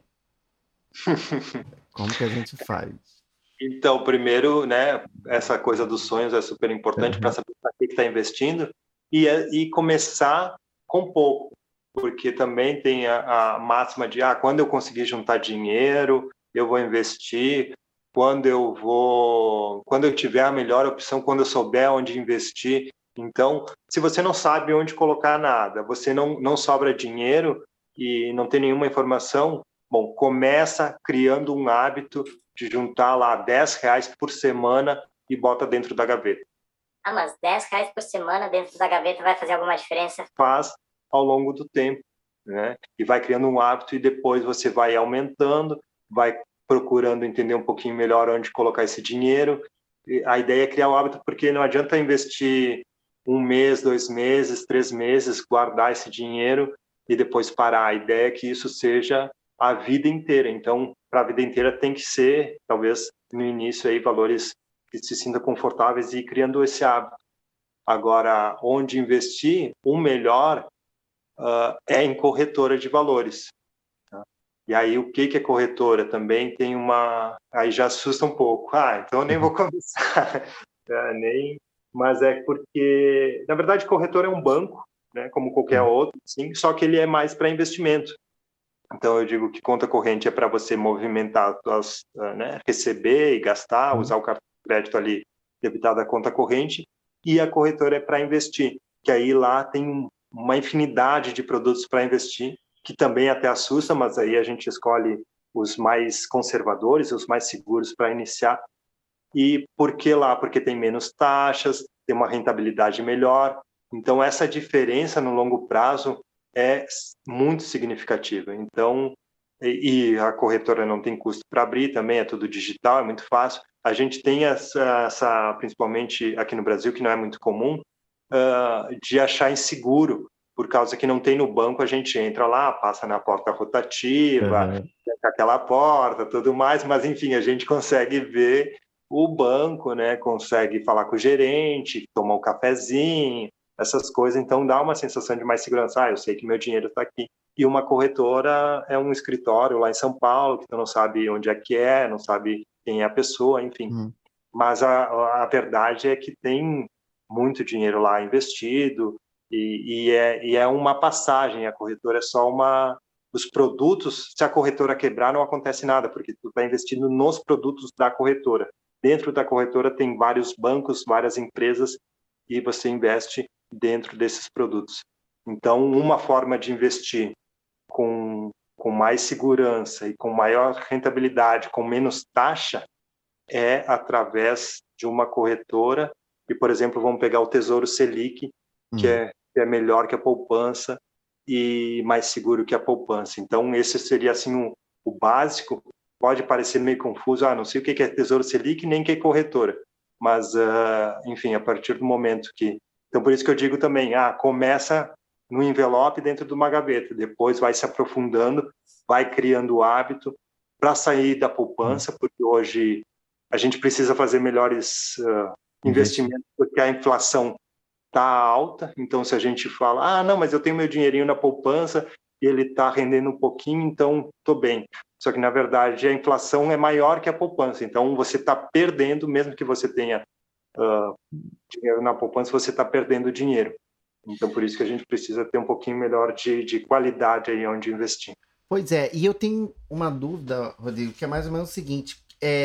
Como que a gente faz? Então, primeiro, né, essa coisa dos sonhos é super importante para saber para que está investindo e começar com pouco, porque também tem a máxima de quando eu conseguir juntar dinheiro, eu vou investir, quando eu tiver a melhor opção, quando eu souber onde investir. Então, se você não sabe onde colocar nada, você não sobra dinheiro e não tem nenhuma informação, bom, começa criando um hábito de juntar lá R$10 por semana e bota dentro da gaveta. Mas R$10 por semana dentro da gaveta vai fazer alguma diferença? Faz ao longo do tempo, né? E vai criando um hábito e depois você vai aumentando, vai procurando entender um pouquinho melhor onde colocar esse dinheiro. E a ideia é criar o hábito, porque não adianta investir 1 mês, 2 meses, 3 meses, guardar esse dinheiro e depois parar. A ideia é que isso seja a vida inteira. Então, para a vida inteira tem que ser, talvez no início aí, valores que se sinta confortáveis e ir criando esse hábito. Agora, onde investir, o melhor é em corretora de valores. Tá? E aí, o que é corretora? Também tem aí já assusta um pouco. Então eu nem vou começar. Mas é porque, na verdade, corretora é um banco, né, como qualquer outro, sim, só que ele é mais para investimento. Então, eu digo que conta corrente é para você movimentar, né, receber e gastar, usar o cartão de crédito ali debitado da conta corrente, e a corretora é para investir, que aí lá tem uma infinidade de produtos para investir, que também até assusta, mas aí a gente escolhe os mais conservadores, os mais seguros para iniciar. E por que lá? Porque tem menos taxas, tem uma rentabilidade melhor. Então, essa diferença no longo prazo é muito significativa. Então, e a corretora não tem custo para abrir também, é tudo digital, é muito fácil. A gente tem essa principalmente aqui no Brasil, que não é muito comum, de achar inseguro, por causa que não tem no banco, a gente entra lá, passa na porta rotativa, aquela porta, tudo mais, mas enfim, a gente consegue ver o banco, né, consegue falar com o gerente, tomar um cafezinho, essas coisas, então dá uma sensação de mais segurança. Eu sei que meu dinheiro está aqui. E uma corretora é um escritório lá em São Paulo, que tu não sabe onde é, não sabe quem é a pessoa, enfim. Mas a verdade é que tem muito dinheiro lá investido e é uma passagem. A corretora é só os produtos, se a corretora quebrar, não acontece nada, porque tu está investindo nos produtos da corretora. Dentro da corretora tem vários bancos, várias empresas, e você investe dentro desses produtos. Então, uma forma de investir com mais segurança e com maior rentabilidade, com menos taxa, é através de uma corretora. E, por exemplo, vamos pegar o Tesouro Selic, que é melhor que a poupança e mais seguro que a poupança. Então, esse seria assim o básico. Pode parecer meio confuso, não sei o que é Tesouro Selic, nem o que é corretora. Mas, enfim, a partir do momento que... Então, por isso que eu digo também, começa no envelope dentro de uma gaveta, depois vai se aprofundando, vai criando o hábito para sair da poupança, porque hoje a gente precisa fazer melhores investimentos, porque a inflação está alta. Então, se a gente fala, não, mas eu tenho meu dinheirinho na poupança e ele está rendendo um pouquinho, então estou bem. Só que, na verdade, a inflação é maior que a poupança. Então, você está perdendo, mesmo que você tenha dinheiro na poupança, você está perdendo dinheiro. Então, por isso que a gente precisa ter um pouquinho melhor de qualidade aí onde investir. Pois é, e eu tenho uma dúvida, Rodrigo, que é mais ou menos o seguinte,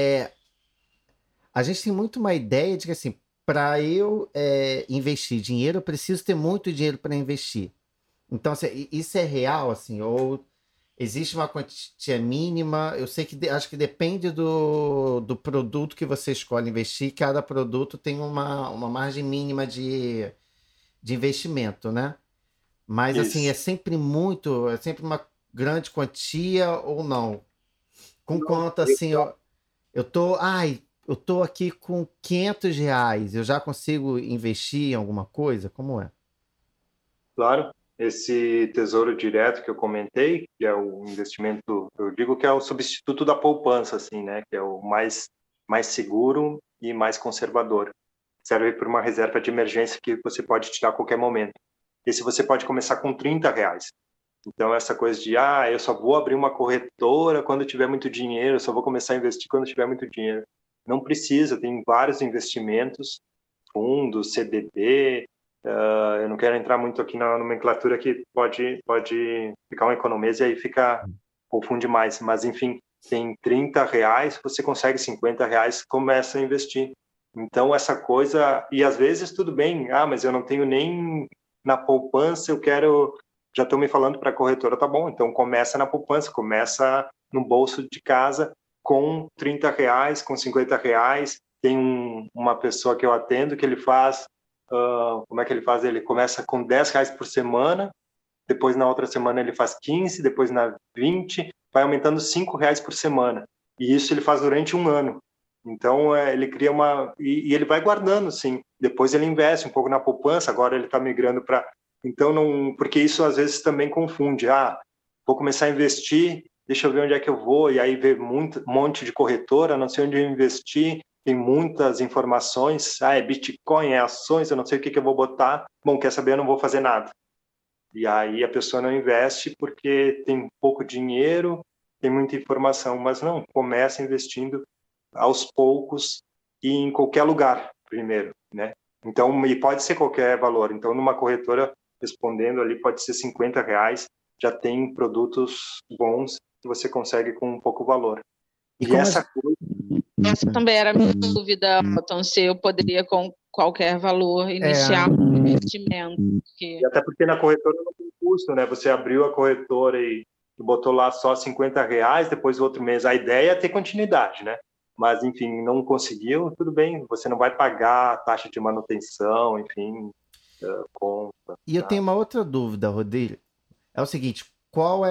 a gente tem muito uma ideia de que, assim, para eu investir dinheiro, eu preciso ter muito dinheiro para investir. Então, assim, isso é real, assim, ou existe uma quantia mínima? Eu sei que acho que depende do produto que você escolhe investir, cada produto tem uma margem mínima de investimento, né? Mas, assim, é sempre uma grande quantia ou não? Com quanto, assim, eu tô aqui com R$500, eu já consigo investir em alguma coisa? Como é? Claro, esse tesouro direto que eu comentei, que é o investimento, eu digo que é o substituto da poupança, assim, né? Que é o mais seguro e mais conservador. Serve para uma reserva de emergência que você pode tirar a qualquer momento. Esse você pode começar com R$30. Então, essa coisa de, eu só vou abrir uma corretora quando tiver muito dinheiro, eu só vou começar a investir quando tiver muito dinheiro. Não precisa, tem vários investimentos, fundos, CDB, eu não quero entrar muito aqui na nomenclatura que pode ficar uma economia e aí confunde mais, mas enfim, tem R$30, você consegue R$50, começa a investir. Então, essa coisa, e às vezes tudo bem, mas eu não tenho nem na poupança, já estão me falando para a corretora, tá bom, então começa na poupança, começa no bolso de casa com R$30, com R$50. Tem uma pessoa que eu atendo que ele faz, como é que ele faz? Ele começa com R$10 por semana, depois na outra semana ele faz 15, depois na 20, vai aumentando R$5 por semana. E isso ele faz durante um ano. Então, ele cria e ele vai guardando, sim. Depois ele investe um pouco na poupança, agora ele está migrando para... Então, não... Porque isso às vezes também confunde. Vou começar a investir, deixa eu ver onde é que eu vou, e aí vê um monte de corretora, não sei onde eu investir, tem muitas informações, é Bitcoin, é ações, eu não sei o que eu vou botar. Bom, quer saber, eu não vou fazer nada. E aí a pessoa não investe porque tem pouco dinheiro, tem muita informação, mas não, começa investindo aos poucos e em qualquer lugar primeiro, né? Então, e pode ser qualquer valor. Então, numa corretora, respondendo ali, pode ser R$50, já tem produtos bons que você consegue com um pouco valor. E essa coisa... Essa também era a minha dúvida, Otton, se eu poderia com qualquer valor iniciar um investimento. E até porque na corretora não tem custo, né? Você abriu a corretora e botou lá só R$50, depois do outro mês. A ideia é ter continuidade, né? Mas, enfim, não conseguiu, tudo bem, você não vai pagar a taxa de manutenção, enfim, conta. E eu tenho uma outra dúvida, Rodrigo. É o seguinte, como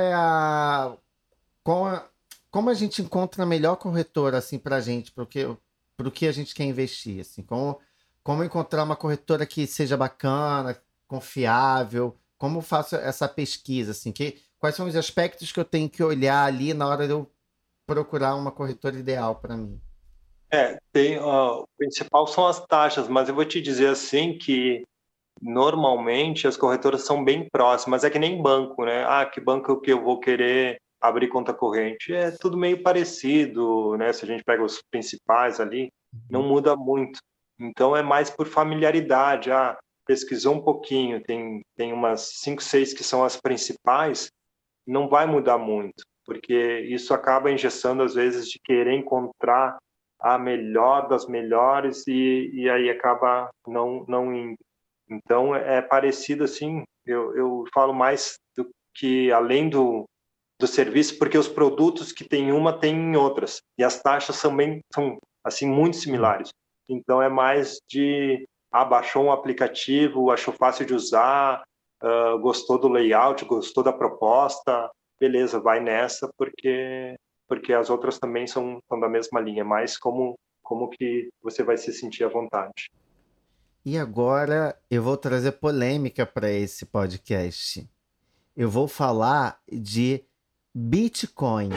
a gente encontra a melhor corretora, assim, pra gente, pro que a gente quer investir, assim, como encontrar uma corretora que seja bacana, confiável, como faço essa pesquisa, assim, quais são os aspectos que eu tenho que olhar ali na hora de eu procurar uma corretora ideal para mim? O principal são as taxas, mas eu vou te dizer assim que normalmente as corretoras são bem próximas, é que nem banco, né? Que banco que eu vou querer abrir conta corrente? É tudo meio parecido, né? Se a gente pega os principais ali, não muda muito. Então é mais por familiaridade. Pesquisou um pouquinho, tem umas 5, 6 que são as principais, não vai mudar muito, porque isso acaba engessando, às vezes, de querer encontrar a melhor das melhores e aí acaba não indo. Então, é parecido assim, eu falo mais do que além do serviço, porque os produtos que tem uma tem em outras, e as taxas também são assim, muito similares. Então, é mais de baixou um aplicativo, achou fácil de usar, gostou do layout, gostou da proposta, beleza, vai nessa, porque as outras também são da mesma linha, mas como que você vai se sentir à vontade. E agora eu vou trazer polêmica para esse podcast. Eu vou falar de Bitcoin.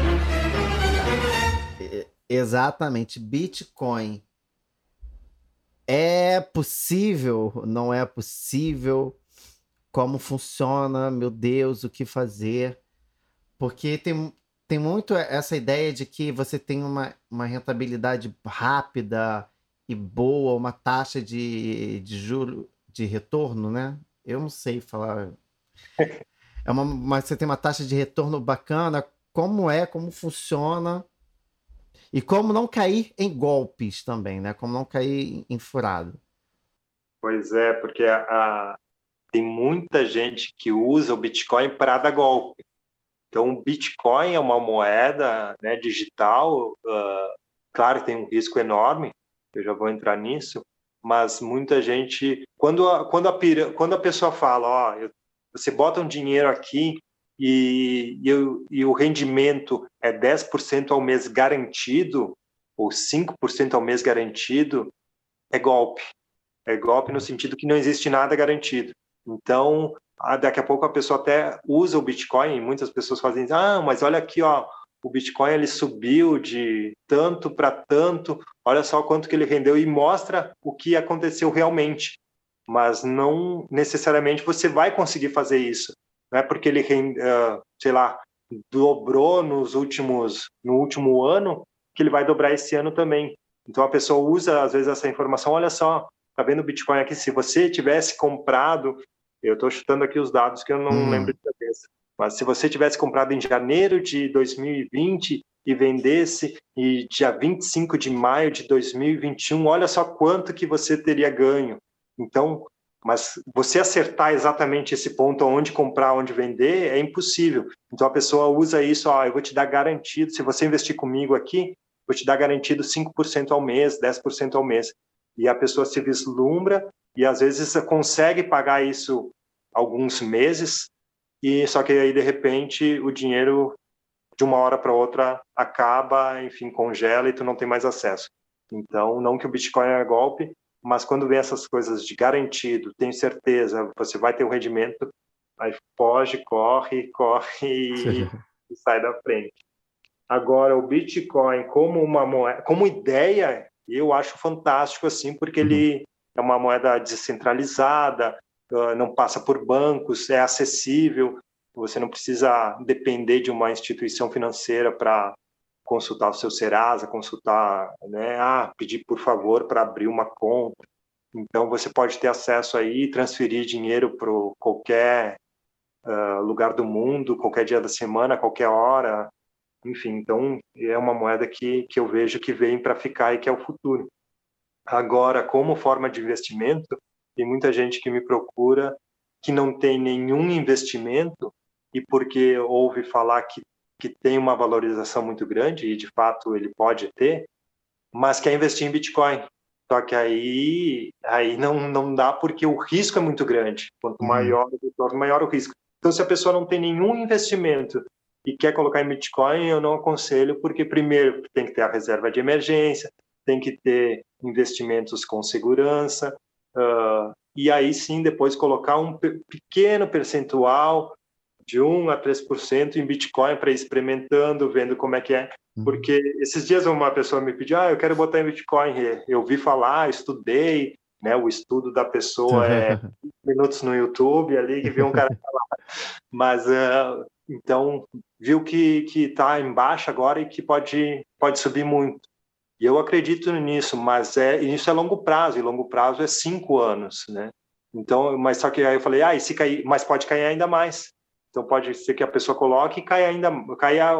Exatamente, Bitcoin. É possível? Não é possível? Como funciona? Meu Deus, o que fazer? Porque tem muito essa ideia de que você tem uma rentabilidade rápida e boa, uma taxa de juro, de retorno, né? Eu não sei falar. Mas você tem uma taxa de retorno bacana. Como funciona? E como não cair em golpes também, né? Como não cair em furado. Pois é, porque tem muita gente que usa o Bitcoin para dar golpe. Então, o Bitcoin é uma moeda, né, digital, claro que tem um risco enorme, eu já vou entrar nisso, mas muita gente, quando a pessoa fala, você bota um dinheiro aqui e o rendimento é 10% ao mês garantido, ou 5% ao mês garantido, é golpe. É golpe no sentido que não existe nada garantido. Então, daqui a pouco a pessoa até usa o Bitcoin, e muitas pessoas fazem isso, mas olha aqui, o Bitcoin ele subiu de tanto para tanto, olha só quanto que ele rendeu, e mostra o que aconteceu realmente. Mas não necessariamente você vai conseguir fazer isso. Não é porque ele, dobrou no último ano, que ele vai dobrar esse ano também. Então a pessoa usa, às vezes, essa informação, olha só, tá vendo o Bitcoin aqui? Se você tivesse comprado, eu estou chutando aqui os dados que eu não lembro de cabeça, mas se você tivesse comprado em janeiro de 2020 e vendesse em dia 25 de maio de 2021, olha só quanto que você teria ganho. Então, mas você acertar exatamente esse ponto, onde comprar, onde vender, é impossível. Então a pessoa usa isso, eu vou te dar garantido, se você investir comigo aqui, vou te dar garantido 5% ao mês, 10% ao mês. E a pessoa se vislumbra e às vezes consegue pagar isso alguns meses, e só que aí de repente o dinheiro de uma hora para outra acaba, enfim, congela e tu não tem mais acesso. Então, não que o Bitcoin é golpe, mas quando vem essas coisas de garantido, tenho certeza, você vai ter um rendimento, aí foge, corre e sai da frente. Agora, o Bitcoin como uma moeda, como ideia, eu acho fantástico, assim, porque ele é uma moeda descentralizada, não passa por bancos, é acessível, você não precisa depender de uma instituição financeira para consultar o seu Serasa, pedir por favor para abrir uma conta. Então você pode ter acesso aí, transferir dinheiro para qualquer lugar do mundo, qualquer dia da semana, qualquer hora. Enfim, então é uma moeda que eu vejo que vem para ficar e que é o futuro. Agora, como forma de investimento, tem muita gente que me procura que não tem nenhum investimento e porque ouve falar que tem uma valorização muito grande, e de fato ele pode ter, mas quer investir em Bitcoin. Só que aí não dá, porque o risco é muito grande. Quanto maior o retorno, maior o risco. Então, se a pessoa não tem nenhum investimento e quer colocar em Bitcoin, eu não aconselho, porque primeiro tem que ter a reserva de emergência, tem que ter investimentos com segurança, e aí sim depois colocar um pequeno percentual de 1 a 3% em Bitcoin para ir experimentando, vendo como é que é. Porque esses dias uma pessoa me pediu, eu quero botar em Bitcoin. Eu vi falar, estudei, né? O estudo da pessoa é 5 minutos no YouTube, ali que viu um cara falar. Mas, então, viu que está em baixa agora e que pode subir muito. E eu acredito nisso, mas isso é longo prazo, e longo prazo é 5 anos, né? Então, mas só que aí eu falei, e se cair, mas pode cair ainda mais. Então pode ser que a pessoa coloque e caia,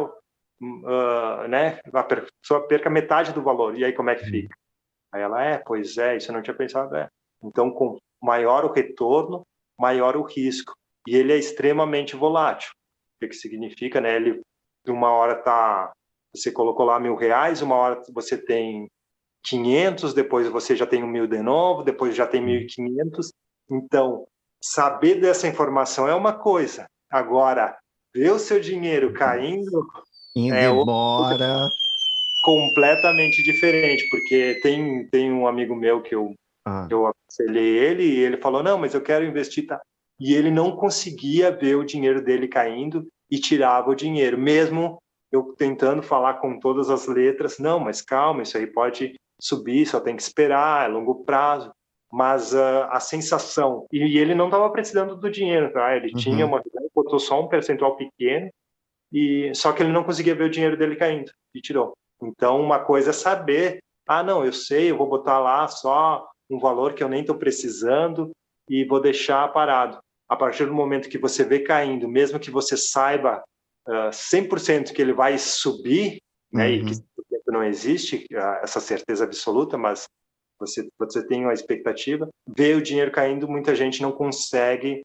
né? A pessoa perca metade do valor. E aí como é que fica? Aí ela, pois é, isso eu não tinha pensado. Então, com maior o retorno, maior o risco. E ele é extremamente volátil. O que significa, né? Ele, uma hora você colocou lá R$1.000, uma hora você tem 500, depois você já tem 1.000 de novo, depois já tem 1.500. Então, saber dessa informação é uma coisa. Agora, ver o seu dinheiro caindo indo embora, completamente diferente, porque tem um amigo meu que eu aconselhei ele, e ele falou, não, mas eu quero investir, tá? E ele não conseguia ver o dinheiro dele caindo e tirava o dinheiro, mesmo eu tentando falar com todas as letras, não, mas calma, isso aí pode subir, só tem que esperar, é longo prazo. Mas a sensação, e ele não estava precisando do dinheiro, tá? Ele tinha botou só um percentual pequeno, só que ele não conseguia ver o dinheiro dele caindo, e tirou. Então, uma coisa é saber, não, eu sei, eu vou botar lá só um valor que eu nem estou precisando e vou deixar parado. A partir do momento que você vê caindo, mesmo que você saiba 100% que ele vai subir, né, e que não existe essa certeza absoluta, mas você tem uma expectativa, ver o dinheiro caindo, muita gente não consegue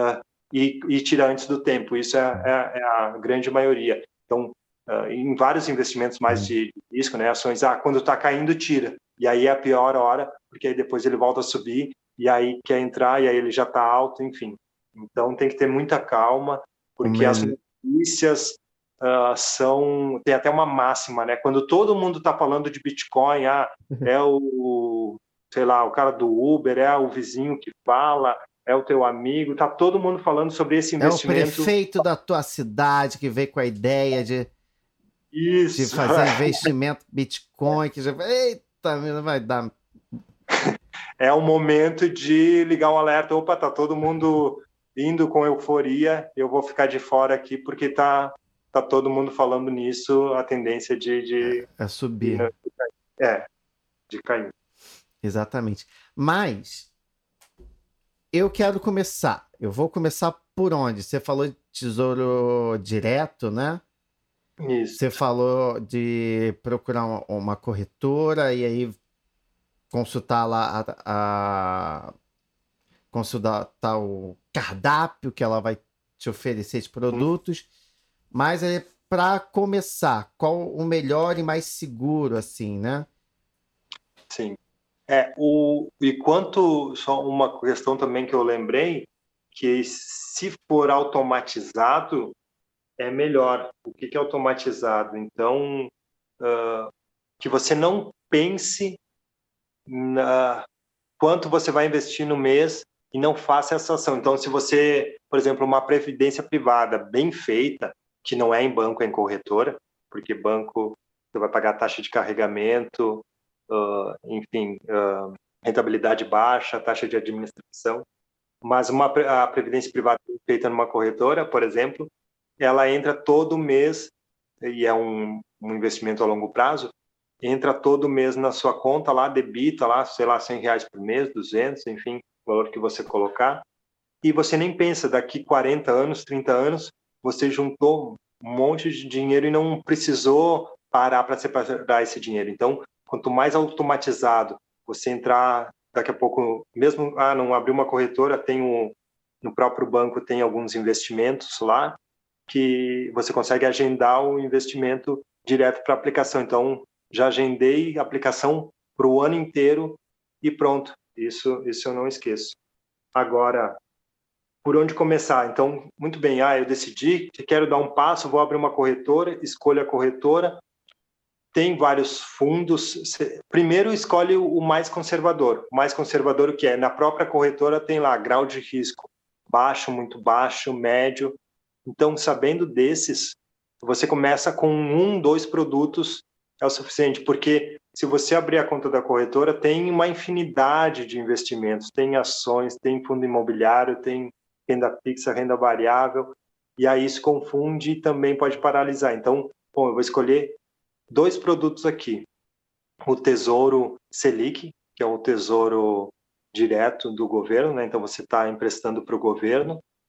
e tirar antes do tempo. Isso é a grande maioria. Então, em vários investimentos mais de risco, né, ações, quando está caindo, tira. E aí é a pior hora, porque aí depois ele volta a subir, e aí quer entrar, e aí ele já está alto, enfim. Então, tem que ter muita calma, porque as notícias tem até uma máxima, né? Quando todo mundo está falando de Bitcoin, é sei lá, o cara do Uber, é o vizinho que fala, é o teu amigo, tá todo mundo falando sobre esse investimento. É o prefeito da tua cidade que veio com a ideia de fazer investimento Bitcoin, que já... Eita, vai dar... É o momento de ligar um alerta, opa, tá todo mundo indo com euforia, eu vou ficar de fora aqui porque tá todo mundo falando nisso, a tendência de subir. De cair. Exatamente. Mas eu quero começar. Eu vou começar por onde? Você falou de tesouro direto, né? Isso. Você falou de procurar uma corretora e aí consultar lá consultar o cardápio que ela vai te oferecer de produtos. Mas para começar, qual o melhor e mais seguro, assim, né? Sim. Só uma questão também que eu lembrei, que se for automatizado, é melhor. O que é automatizado? Então, que você não pense quanto você vai investir no mês e não faça essa ação. Então, se você, por exemplo, uma previdência privada bem feita, que não é em banco, é em corretora, porque banco você vai pagar taxa de carregamento, enfim, rentabilidade baixa, taxa de administração, mas a previdência privada feita numa corretora, por exemplo, ela entra todo mês, e é um investimento a longo prazo, entra todo mês na sua conta lá, debita lá, sei lá, R$100 por mês, 200, enfim, o valor que você colocar, e você nem pensa, daqui 40 anos, 30 anos, você juntou um monte de dinheiro e não precisou parar para separar esse dinheiro. Então, quanto mais automatizado você entrar, daqui a pouco, mesmo, não abrir uma corretora, no próprio banco tem alguns investimentos lá, que você consegue agendar o investimento direto para a aplicação. Então, já agendei a aplicação para o ano inteiro e pronto. Isso eu não esqueço. Agora, por onde começar? Então, muito bem, eu decidi que quero dar um passo, vou abrir uma corretora, escolho a corretora, tem vários fundos. Primeiro, escolhe o mais conservador. O mais conservador, o que é? Na própria corretora tem lá grau de risco baixo, muito baixo, médio. Então, sabendo desses, você começa com 2 produtos, é o suficiente, porque se você abrir a conta da corretora, tem uma infinidade de investimentos, tem ações, tem fundo imobiliário, tem renda fixa, renda variável, e aí isso confunde e também pode paralisar. Então, eu vou escolher 2 produtos aqui. O Tesouro Selic, que é o tesouro direto do governo, né? Então você está emprestando para o governo,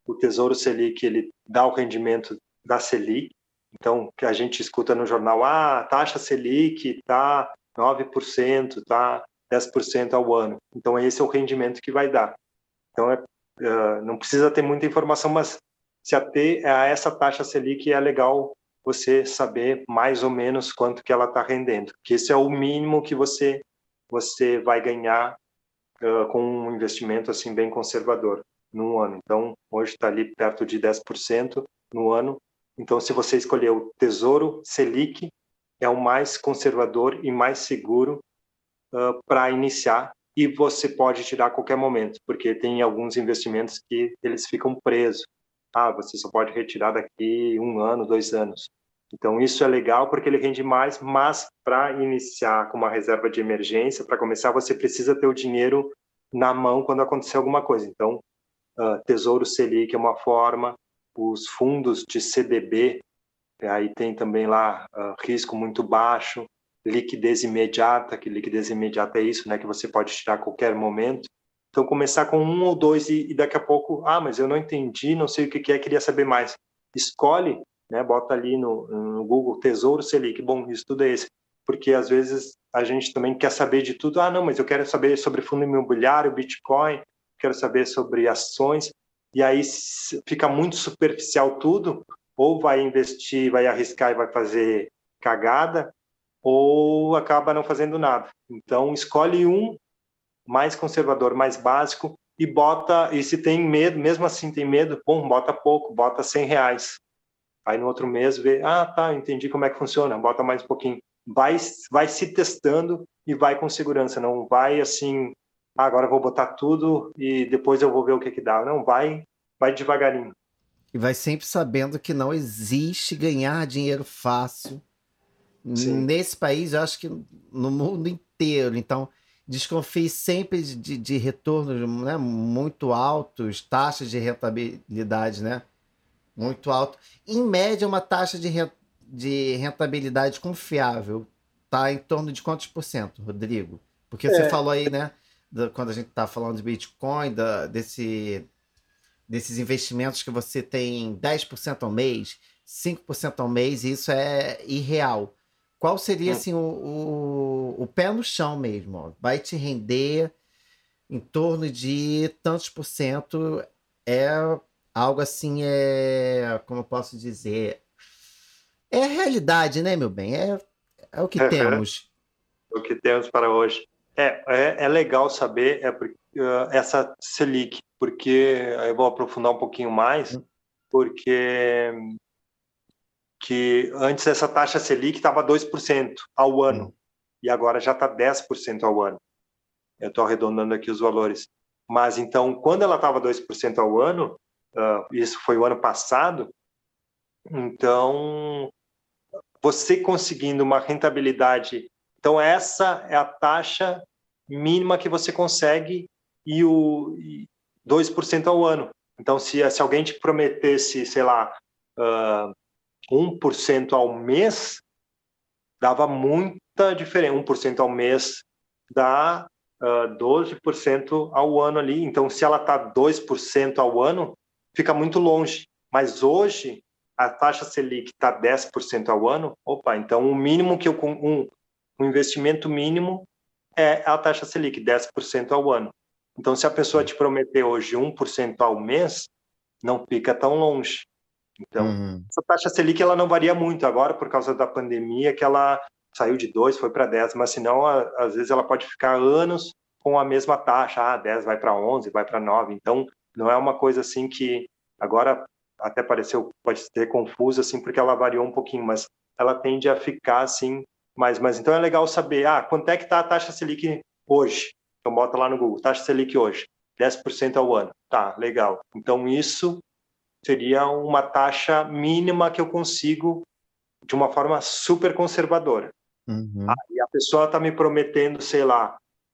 o Tesouro Selic ele dá o rendimento da Selic. Então, que a gente escuta no jornal, a taxa Selic está 9%, está 10% ao ano. Então, esse é o rendimento que vai dar. Então, não precisa ter muita informação, mas se ater a essa taxa Selic é legal você saber mais ou menos quanto que ela está rendendo, que esse é o mínimo que você vai ganhar com um investimento assim bem conservador no ano. Então, hoje está ali perto de 10% no ano. Então, se você escolher o Tesouro Selic, é o mais conservador e mais seguro para iniciar, e você pode tirar a qualquer momento, porque tem alguns investimentos que eles ficam presos. Você só pode retirar daqui 1 ano, 2 anos. Então, isso é legal porque ele rende mais, mas para iniciar com uma reserva de emergência, para começar, você precisa ter o dinheiro na mão quando acontecer alguma coisa. Então, Tesouro Selic é uma forma, os fundos de CDB, aí tem também lá risco muito baixo, liquidez imediata, que liquidez imediata é isso, né, que você pode tirar a qualquer momento. Então, começar com 1 ou 2 e daqui a pouco, mas eu não entendi, não sei o que é, queria saber mais. Escolhe, né, bota ali no Google Tesouro Selic. Bom, isso tudo é esse. Porque às vezes a gente também quer saber de tudo. Não, mas eu quero saber sobre fundo imobiliário, Bitcoin, quero saber sobre ações. E aí fica muito superficial tudo, ou vai investir, vai arriscar e vai fazer cagada, ou acaba não fazendo nada. Então, escolhe um mais conservador, mais básico, e bota, e se tem medo, mesmo assim tem medo, bom, bota pouco, bota R$100. Aí no outro mês vê, tá, entendi como é que funciona, bota mais um pouquinho. Vai se testando e vai com segurança, não vai assim, agora eu vou botar tudo e depois eu vou ver o que dá. Não, vai devagarinho. E vai sempre sabendo que não existe ganhar dinheiro fácil. Sim. Nesse país, eu acho que no mundo inteiro. Então, desconfie sempre de retornos, né, muito altos, taxas de rentabilidade, né, muito alto. Em média, uma taxa de rentabilidade confiável está em torno de quantos por cento, Rodrigo? Porque você falou aí, né, quando a gente está falando de Bitcoin, desses investimentos que você tem 10% ao mês, 5% ao mês, e isso é irreal. Qual seria assim, o pé no chão mesmo? Ó? Vai te render em torno de tantos por cento? É algo assim, como eu posso dizer? É a realidade, né, meu bem? É o que temos. O que temos para hoje. É legal saber essa Selic, porque eu vou aprofundar um pouquinho mais, porque que antes essa taxa Selic estava 2% ao ano, e agora já está 10% ao ano. Eu estou arredondando aqui os valores. Mas, então, quando ela estava 2% ao ano, isso foi o ano passado, então, você conseguindo uma rentabilidade... Então, essa é a taxa mínima que você consegue e 2% ao ano. Então, se alguém te prometesse, sei lá... 1% ao mês, dava muita diferença. 1% ao mês dá 12% ao ano ali. Então, se ela está 2% ao ano, fica muito longe. Mas hoje, a taxa Selic está 10% ao ano. Então o mínimo que um investimento mínimo é a taxa Selic, 10% ao ano. Então, se a pessoa te prometer hoje 1% ao mês, não fica tão longe. Então, essa taxa Selic ela não varia muito agora por causa da pandemia, que ela saiu de 2, foi para 10, mas senão, às vezes, ela pode ficar anos com a mesma taxa. 10 vai para 11, vai para 9. Então, não é uma coisa assim que agora até pode ser confusa, assim, porque ela variou um pouquinho, mas ela tende a ficar assim mais. Mas então é legal saber, quanto é que está a taxa Selic hoje? Então, bota lá no Google, taxa Selic hoje, 10% ao ano. Tá, legal. Então, isso seria uma taxa mínima que eu consigo de uma forma super conservadora. E a pessoa está me prometendo, sei lá,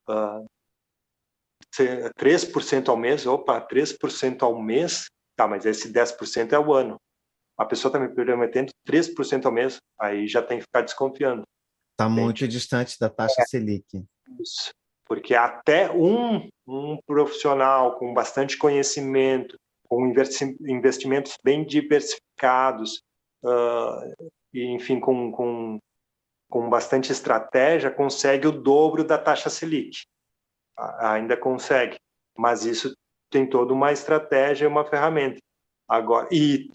3% ao mês. 3% ao mês? Tá, mas esse 10% é ao ano. A pessoa está me prometendo 3% ao mês, aí já tem que ficar desconfiando. Está muito distante da taxa Selic. Isso. Porque até um profissional com bastante conhecimento com investimentos bem diversificados, e, enfim, com bastante estratégia, consegue o dobro da taxa Selic. Ainda consegue, mas isso tem toda uma estratégia, uma ferramenta. Agora,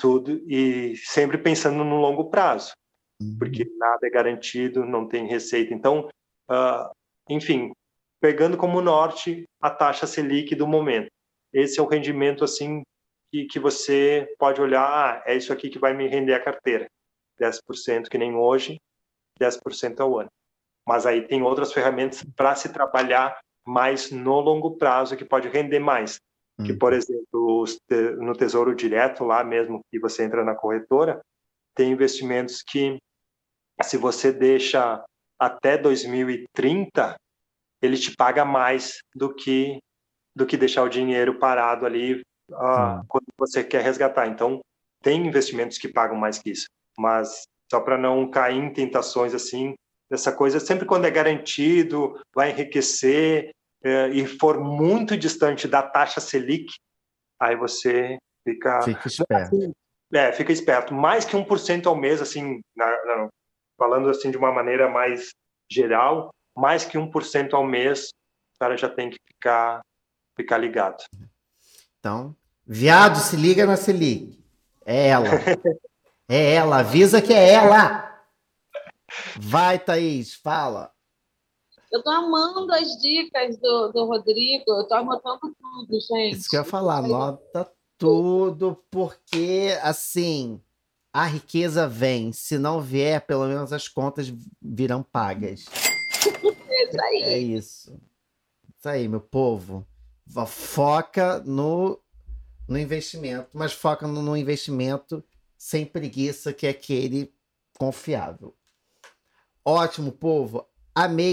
e sempre pensando no longo prazo, porque nada é garantido, não tem receita. Então, enfim, pegando como norte a taxa Selic do momento. Esse é o rendimento assim que você pode olhar, é isso aqui que vai me render a carteira. 10% que nem hoje, 10% ao ano. Mas aí tem outras ferramentas para se trabalhar mais no longo prazo que pode render mais. Que, por exemplo, no Tesouro Direto, lá mesmo que você entra na corretora, tem investimentos que, se você deixa até 2030, ele te paga mais do que deixar o dinheiro parado ali quando você quer resgatar. Então, tem investimentos que pagam mais que isso. Mas, só para não cair em tentações assim, essa coisa, sempre quando é garantido, vai enriquecer, e for muito distante da taxa Selic, aí você fica esperto. Fica esperto. Mais que 1% ao mês, assim, falando assim de uma maneira mais geral, mais que 1% ao mês, o cara já tem que ficar ligado. Então, viado, se liga na Selic. É ela. É ela, avisa que é ela. Vai, Thaís, fala. Eu tô amando as dicas do Rodrigo, eu tô anotando tudo, gente. Isso que eu ia falar, anota tudo, porque, assim, a riqueza vem. Se não vier, pelo menos as contas virão pagas. Isso aí. É isso. Isso aí, meu povo. Foca no investimento, mas foca no investimento sem preguiça, que é aquele confiável. Ótimo, povo. Amei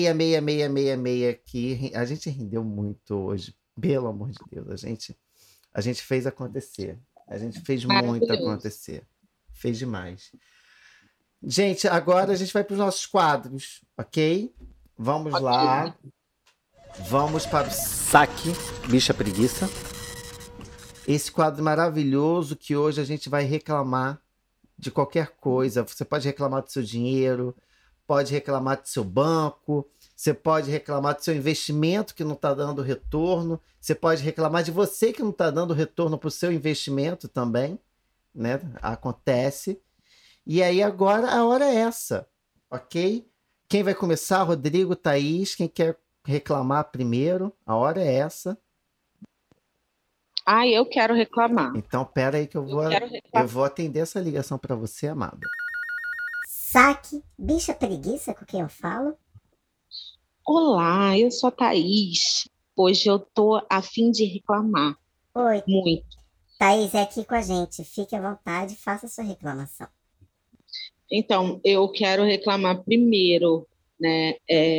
aqui. A gente rendeu muito hoje. Pelo amor de Deus. A gente fez acontecer. A gente fez muito acontecer. Fez demais. Gente, agora a gente vai para os nossos quadros, ok? Vamos lá. Vamos para o Saque Bicha Preguiça. Esse quadro maravilhoso que hoje a gente vai reclamar de qualquer coisa. Você pode reclamar do seu dinheiro, pode reclamar do seu banco, você pode reclamar do seu investimento que não está dando retorno, você pode reclamar de você que não está dando retorno para o seu investimento também, né? Acontece. E aí agora a hora é essa, ok? Quem vai começar? Rodrigo, Thaís, quem quer reclamar primeiro? A hora é essa. Eu quero reclamar. Então, pera aí que eu vou atender essa ligação para você, amada. Saque Bicha Preguiça, com quem eu falo? Olá, eu sou a Thaís. Hoje eu tô a fim de reclamar. Oi. Muito. Thaís é aqui com a gente. Fique à vontade, faça a sua reclamação. Então, eu quero reclamar primeiro, né,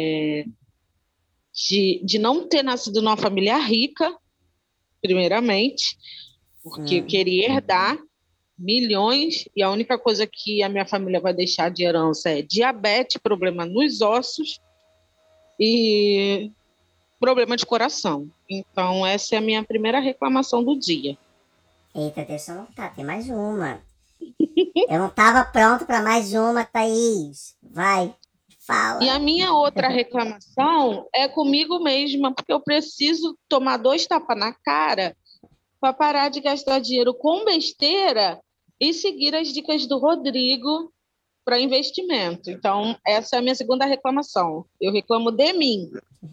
de não ter nascido numa família rica, primeiramente, porque eu queria herdar milhões e a única coisa que a minha família vai deixar de herança é diabetes, problema nos ossos e problema de coração. Então, essa é a minha primeira reclamação do dia. Eita, deixa eu anotar, tem mais uma. Eu não estava pronto para mais uma, Thaís. Vai, fala. E a minha outra reclamação é comigo mesma, porque eu preciso tomar 2 tapas na cara para parar de gastar dinheiro com besteira e seguir as dicas do Rodrigo para investimento. Então, essa é a minha segunda reclamação. Eu reclamo de mim.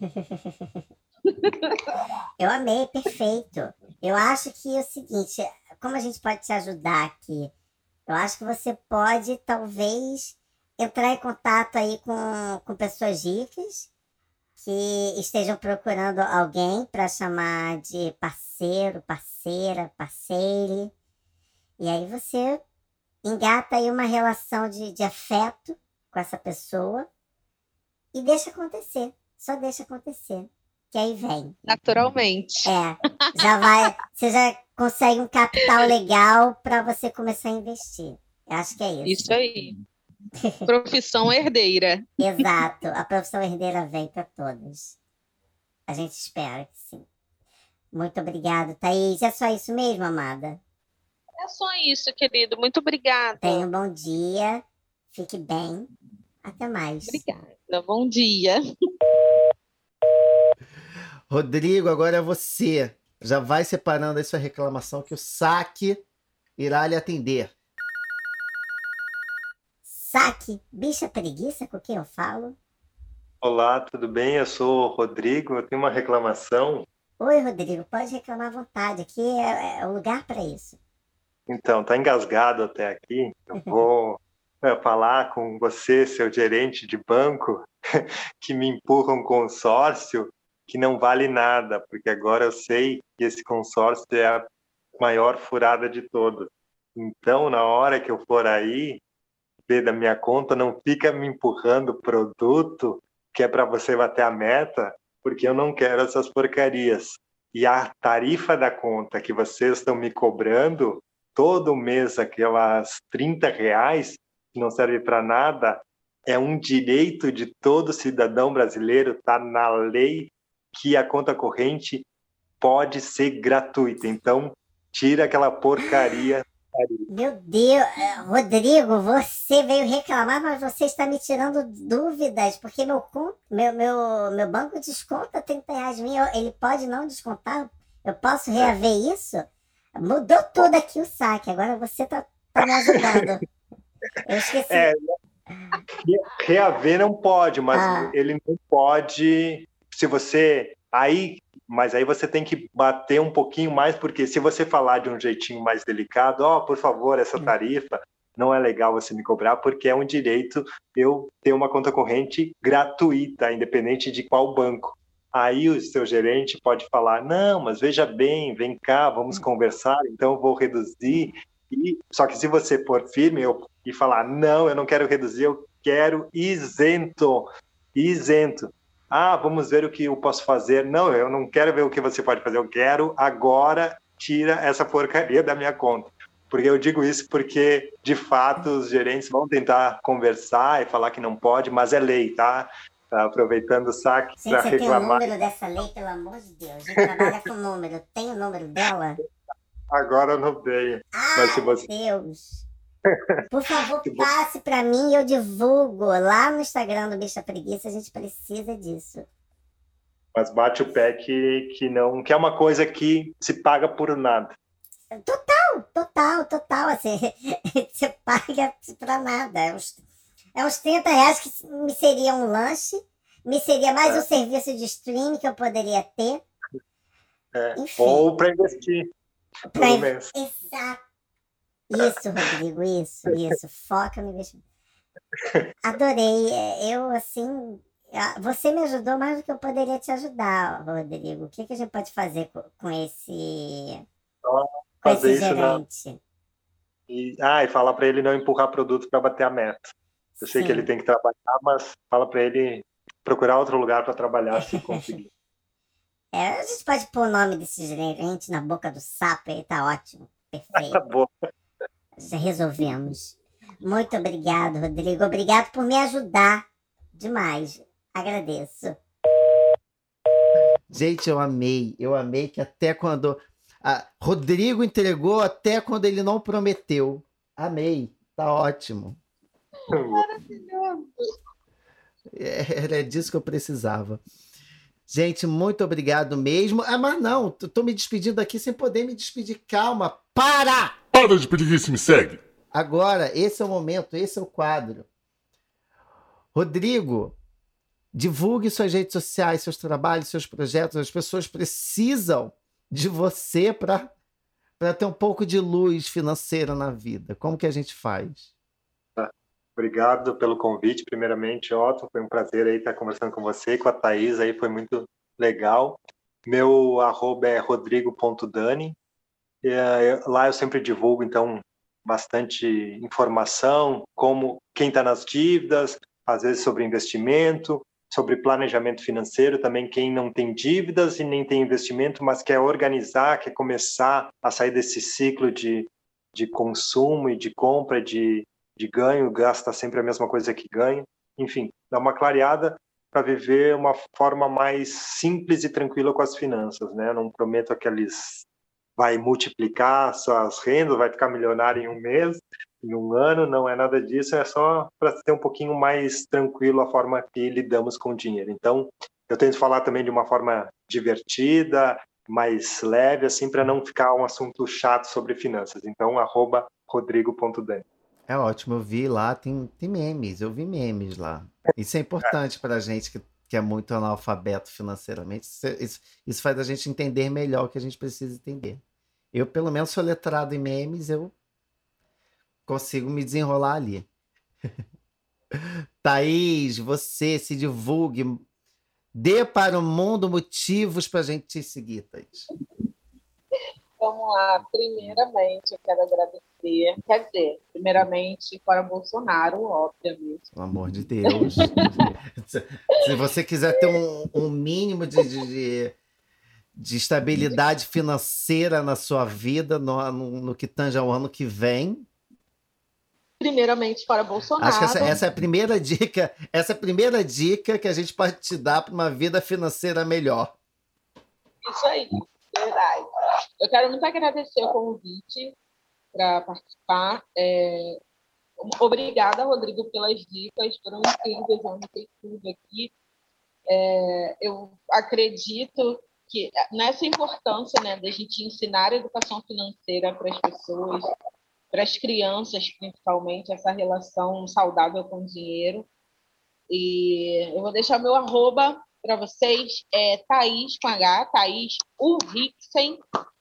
Eu amei, perfeito. Eu acho que é o seguinte, como a gente pode te ajudar aqui? Eu acho que você pode, talvez, entrar em contato aí com pessoas ricas que estejam procurando alguém para chamar de parceiro, parceira, parceire. E aí você engata aí uma relação de afeto com essa pessoa e deixa acontecer. Só deixa acontecer. Que aí vem. Naturalmente. Você já consegue um capital legal para você começar a investir. Eu acho que é isso. Isso aí. Profissão herdeira. Exato. A profissão herdeira vem para todos. A gente espera que sim. Muito obrigado, Thaís. É só isso mesmo, amada? É só isso, querido. Muito obrigada. Tenha um bom dia. Fique bem. Até mais. Obrigada. Bom dia. Rodrigo, agora é você. Já vai separando aí sua reclamação que o saque irá lhe atender. Saque, bicha preguiça com quem eu falo? Olá, tudo bem? Eu sou o Rodrigo, eu tenho uma reclamação. Oi, Rodrigo, pode reclamar à vontade. Aqui é o lugar para isso. Então, tá engasgado até aqui. Eu vou falar com você, seu gerente de banco, que me empurra um consórcio que não vale nada, porque agora eu sei que esse consórcio é a maior furada de todas. Então, na hora que eu for aí ver da minha conta, não fica me empurrando produto que é para você bater a meta, porque eu não quero essas porcarias. E a tarifa da conta que vocês estão me cobrando todo mês, aquelas R$ 30, que não serve para nada, é um direito de todo cidadão brasileiro, está na lei que a conta corrente pode ser gratuita. Então, tira aquela porcaria. Meu Deus, Rodrigo, você veio reclamar, mas você está me tirando dúvidas, porque meu banco desconta R$ 30 de mim, ele pode não descontar? Eu posso reaver isso? Mudou tudo aqui o saque, agora você tá me ajudando. Eu esqueci. Reaver não pode, mas ele não pode. Se você. Mas aí você tem que bater um pouquinho mais, porque se você falar de um jeitinho mais delicado, por favor, essa tarifa não é legal você me cobrar, porque é um direito eu ter uma conta corrente gratuita, independente de qual banco. Aí o seu gerente pode falar, não, mas veja bem, vem cá, vamos conversar, então eu vou reduzir. Só que se você for firme e falar, não, eu não quero reduzir, eu quero isento. Vamos ver o que eu posso fazer. Não, eu não quero ver o que você pode fazer, eu quero agora, tira essa porcaria da minha conta. Porque eu digo isso porque, de fato, os gerentes vão tentar conversar e falar que não pode, mas é lei, tá? Aproveitando o saque para reclamar. Tem o número dessa lei, pelo amor de Deus. A gente trabalha com número. Tem o número dela? Agora eu não tenho. Mas se você... Deus. Por favor, passe para mim e eu divulgo lá no Instagram do Bicha Preguiça. A gente precisa disso. Mas bate o pé que não, que é uma coisa que se paga por nada. Total. Assim, você paga para nada. É uns R$ 30 que me seria um lanche, me seria mais um serviço de streaming que eu poderia ter. Enfim. Ou para investir. Exato. Isso, Rodrigo, isso. Foca no investimento. Adorei. Eu, assim, você me ajudou mais do que eu poderia te ajudar, Rodrigo. O que a gente pode fazer com esse gerente? E falar para ele não empurrar produto para bater a meta. Eu sei que ele tem que trabalhar, mas fala para ele procurar outro lugar para trabalhar se conseguir. A gente pode pôr o nome desse gerente na boca do sapo aí, tá ótimo. Perfeito. Tá bom. Já resolvemos. Muito obrigado, Rodrigo. Obrigado por me ajudar demais. Agradeço. Gente, eu amei que até quando... Rodrigo entregou até quando ele não prometeu. Amei, tá ótimo. Maravilhoso. Era disso que eu precisava. Gente, muito obrigado mesmo. Mas não, tô me despedindo aqui sem poder me despedir. Calma, para de pedir isso, me segue. Agora, esse é o momento, esse é o quadro. Rodrigo, divulgue suas redes sociais, seus trabalhos, seus projetos. As pessoas precisam de você para ter um pouco de luz financeira na vida. Como que a gente faz? Obrigado pelo convite, primeiramente, Otto. Foi um prazer aí estar conversando com você e com a Thaís, aí foi muito legal. Meu @ é rodrigo.dani. Lá eu sempre divulgo, então, bastante informação, como quem está nas dívidas, às vezes sobre investimento, sobre planejamento financeiro, também quem não tem dívidas e nem tem investimento, mas quer organizar, quer começar a sair desse ciclo de consumo e de compra, de ganho, gasta sempre a mesma coisa que ganha. Enfim, dá uma clareada. para viver uma forma mais simples e tranquila com as finanças, né? Não prometo que eles vai multiplicar suas rendas, vai ficar milionário em um mês, em um ano, não é nada disso, é só para ter um pouquinho mais tranquilo a forma que lidamos com o dinheiro. Então, eu tento falar também de uma forma divertida, mais leve, assim, para não ficar um assunto chato sobre finanças. Então, @rodrigo.dani. É ótimo, eu vi lá, tem memes, eu vi memes lá. Isso é importante para a gente que é muito analfabeto financeiramente. Isso faz a gente entender melhor o que a gente precisa entender. Eu, pelo menos, sou letrado em memes, eu consigo me desenrolar ali. Thaís, você se divulgue. Dê para o mundo motivos para a gente te seguir, Thaís. Vamos lá. Primeiramente, eu quero agradecer. Quer dizer, primeiramente, para Bolsonaro, obviamente. Pelo amor de Deus. Se você quiser ter um mínimo de estabilidade financeira na sua vida, no que tange ao ano que vem. Primeiramente para Bolsonaro. Acho que essa é a primeira dica. Essa é a primeira dica que a gente pode te dar para uma vida financeira melhor. Isso aí, verdade. Eu quero muito agradecer o convite para participar. Obrigada, Rodrigo, pelas dicas. Foram incríveis, eu anotei tudo aqui. Eu acredito que nessa importância, né, da gente ensinar a educação financeira para as pessoas, para as crianças, principalmente, essa relação saudável com o dinheiro. E eu vou deixar meu @ para vocês, Thaís, com H, Thaís Ulriksen,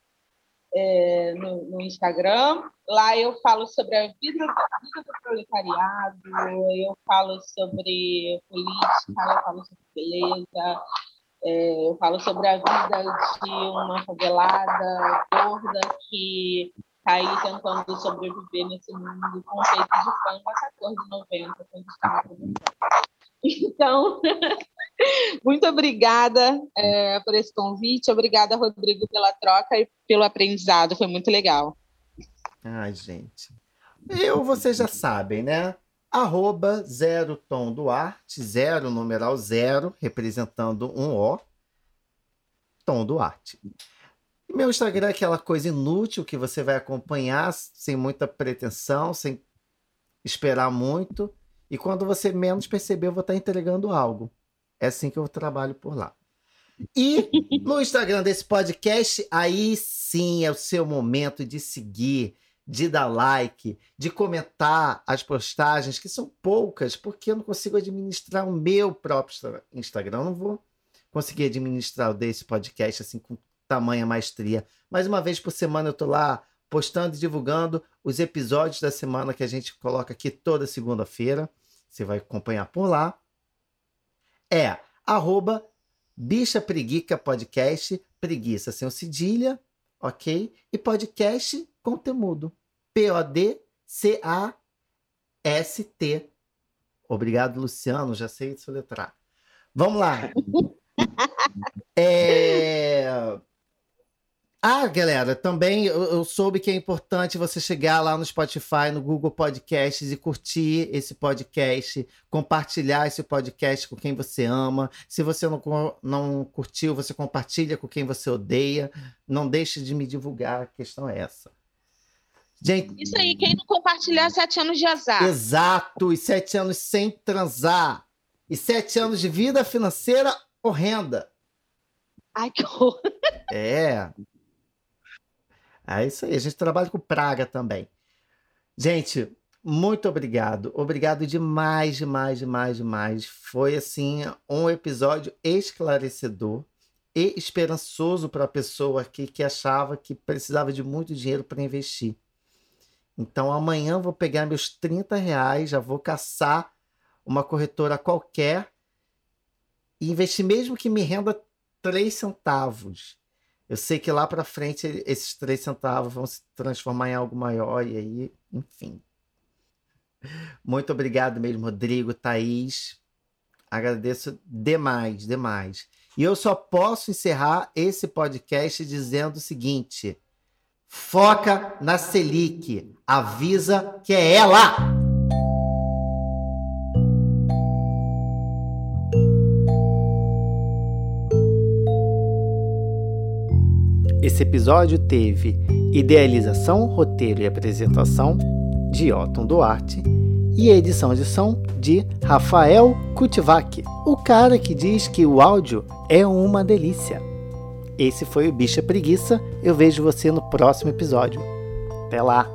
no Instagram. Lá eu falo sobre a vida do proletariado, eu falo sobre política, eu falo sobre beleza, eu falo sobre a vida de uma favelada gorda que está aí tentando sobreviver nesse mundo com peito de frango essa cor de 90, quando estava começando. Então, muito obrigada por esse convite, obrigada, Rodrigo, pela troca e pelo aprendizado, foi muito legal. Ai, gente. Vocês já sabem, né? @0tomduarte, 0, numeral 0, representando um O, Tom Duarte. E meu Instagram é aquela coisa inútil que você vai acompanhar sem muita pretensão, sem esperar muito. E quando você menos perceber, eu vou estar entregando algo. É assim que eu trabalho por lá. E no Instagram desse podcast, aí sim é o seu momento de seguir, de dar like, de comentar as postagens, que são poucas, porque eu não consigo administrar o meu próprio Instagram. Eu não vou conseguir administrar o desse podcast assim com tamanha maestria. Mas uma vez por semana eu estou lá postando e divulgando os episódios da semana que a gente coloca aqui toda segunda-feira. Você vai acompanhar por lá. É @Bicha Preguiça Podcast, preguiça sem o cedilha, ok? E podcast com temudo. PODCAST. Obrigado, Luciano, já sei soletrar. Vamos lá. Galera, também eu soube que é importante você chegar lá no Spotify, no Google Podcasts e curtir esse podcast, compartilhar esse podcast com quem você ama. Se você não curtiu, você compartilha com quem você odeia. Não deixe de me divulgar, a questão é essa. Gente, isso aí, quem não compartilhar 7 anos de azar. Exato, e 7 anos sem transar. E 7 anos de vida financeira horrenda. Ai, que horror. É isso aí, a gente trabalha com praga também. Gente, muito obrigado. Obrigado demais, demais, demais, demais. Foi, assim, um episódio esclarecedor e esperançoso para a pessoa aqui que achava que precisava de muito dinheiro para investir. Então, amanhã eu vou pegar meus R$30, já vou caçar uma corretora qualquer e investir, mesmo que me renda 3 centavos. Eu sei que lá para frente esses 3 centavos vão se transformar em algo maior e aí, enfim. Muito obrigado mesmo, Rodrigo, Thaís. Agradeço demais, demais. E eu só posso encerrar esse podcast dizendo o seguinte: foca na Selic, avisa que é ela! Esse episódio teve idealização, roteiro e apresentação de Otton Duarte e edição de som de Rafael Kutivac, o cara que diz que o áudio é uma delícia. Esse foi o Bicha Preguiça. Eu vejo você no próximo episódio. Até lá!